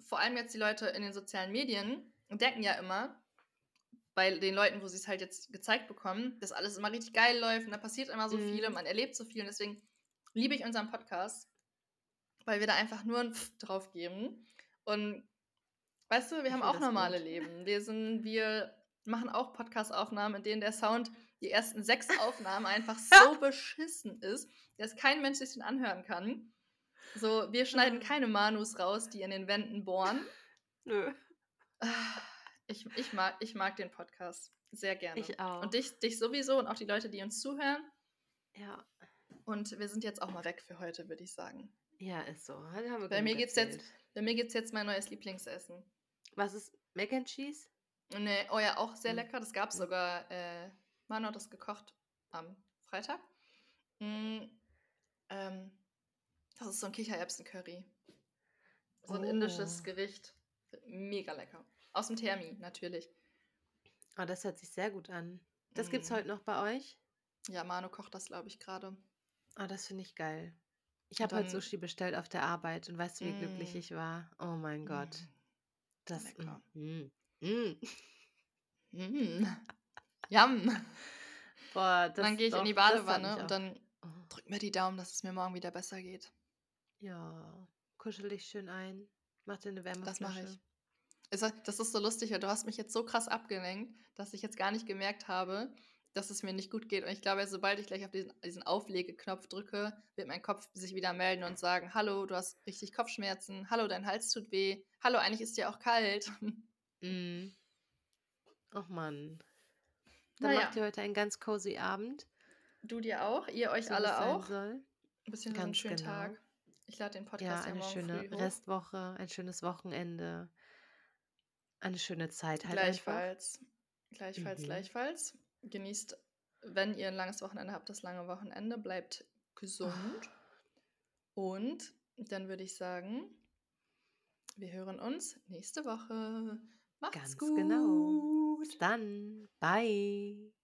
vor allem jetzt die Leute in den sozialen Medien denken ja immer, bei den Leuten, wo sie es halt jetzt gezeigt bekommen, dass alles immer richtig geil läuft und da passiert immer so viel und Mhm. man erlebt so viel und deswegen liebe ich unseren Podcast, weil wir da einfach nur ein Pf drauf geben und weißt du, wir Ich haben finde auch das normale gut. Leben. Wir sind wir machen auch Podcast-Aufnahmen, in denen der Sound die ersten sechs Aufnahmen einfach so beschissen ist, dass kein Mensch sich den anhören kann. So, wir schneiden Ah. keine Manus raus, die in den Wänden bohren. Nö. Ah, Ich, ich, mag, ich mag den Podcast sehr gerne. Ich auch. Und dich, dich sowieso und auch die Leute, die uns zuhören. Ja. Und wir sind jetzt auch mal weg für heute, würde ich sagen. Ja, ist so. Heute haben wir Bei genug mir, geht's jetzt, erzählt. bei mir gibt es jetzt mein neues Lieblingsessen. Was ist Mac and Cheese? Ne, oh ja, auch sehr Hm. lecker. Das gab es Hm. sogar. Äh, Manu hat das gekocht am Freitag. Mm, ähm, das ist so ein Kichererbsen-Curry. So ein indisches Oh. Gericht. Mega lecker. Aus dem Thermi, natürlich. Oh, das hört sich sehr gut an. Das gibt's Mm, heute noch bei euch? ja, Manu kocht das, glaube ich, gerade. Oh, das finde ich geil. Ich Und habe heute dann, Sushi bestellt auf der Arbeit und weißt du, wie glücklich mm, ich war? Oh mein Gott. mm, Das. lecker. Mm, mm, mm. Mm, yum. Boah, Und dann das gehe ich in doch, die das hat Badewanne mich und auch. dann Oh, drück mir die Daumen, dass es mir morgen wieder besser geht. ja, kuschel dich schön ein. Mach dir eine Das mache Wärmeflasche. ich. Es war- Das ist so lustig, weil du hast mich jetzt so krass abgelenkt, dass ich jetzt gar nicht gemerkt habe, dass es mir nicht gut geht. Und ich glaube, sobald ich gleich auf diesen, diesen Auflegeknopf drücke, wird mein Kopf sich wieder melden und sagen, hallo, du hast richtig Kopfschmerzen, hallo, dein Hals tut weh, hallo, eigentlich ist dir auch kalt. Mm. Och Mann. Dann Naja, macht ihr heute einen ganz cozy Abend, du dir auch, ihr euch so wie es alle sein auch, soll. beziehungsweise einen Ganz schönen genau. Tag. Ich lade den Ja, Podcast ja eine morgen schöne früh hoch. Restwoche, ein schönes Wochenende, eine schöne Zeit halt einfach. Gleichfalls, gleichfalls, Mhm. gleichfalls. Genießt, wenn ihr ein langes Wochenende habt, das lange Wochenende. Bleibt gesund. Und dann würde ich sagen, wir hören uns nächste Woche. Macht's Ganz genau. gut. Bis dann. Bye.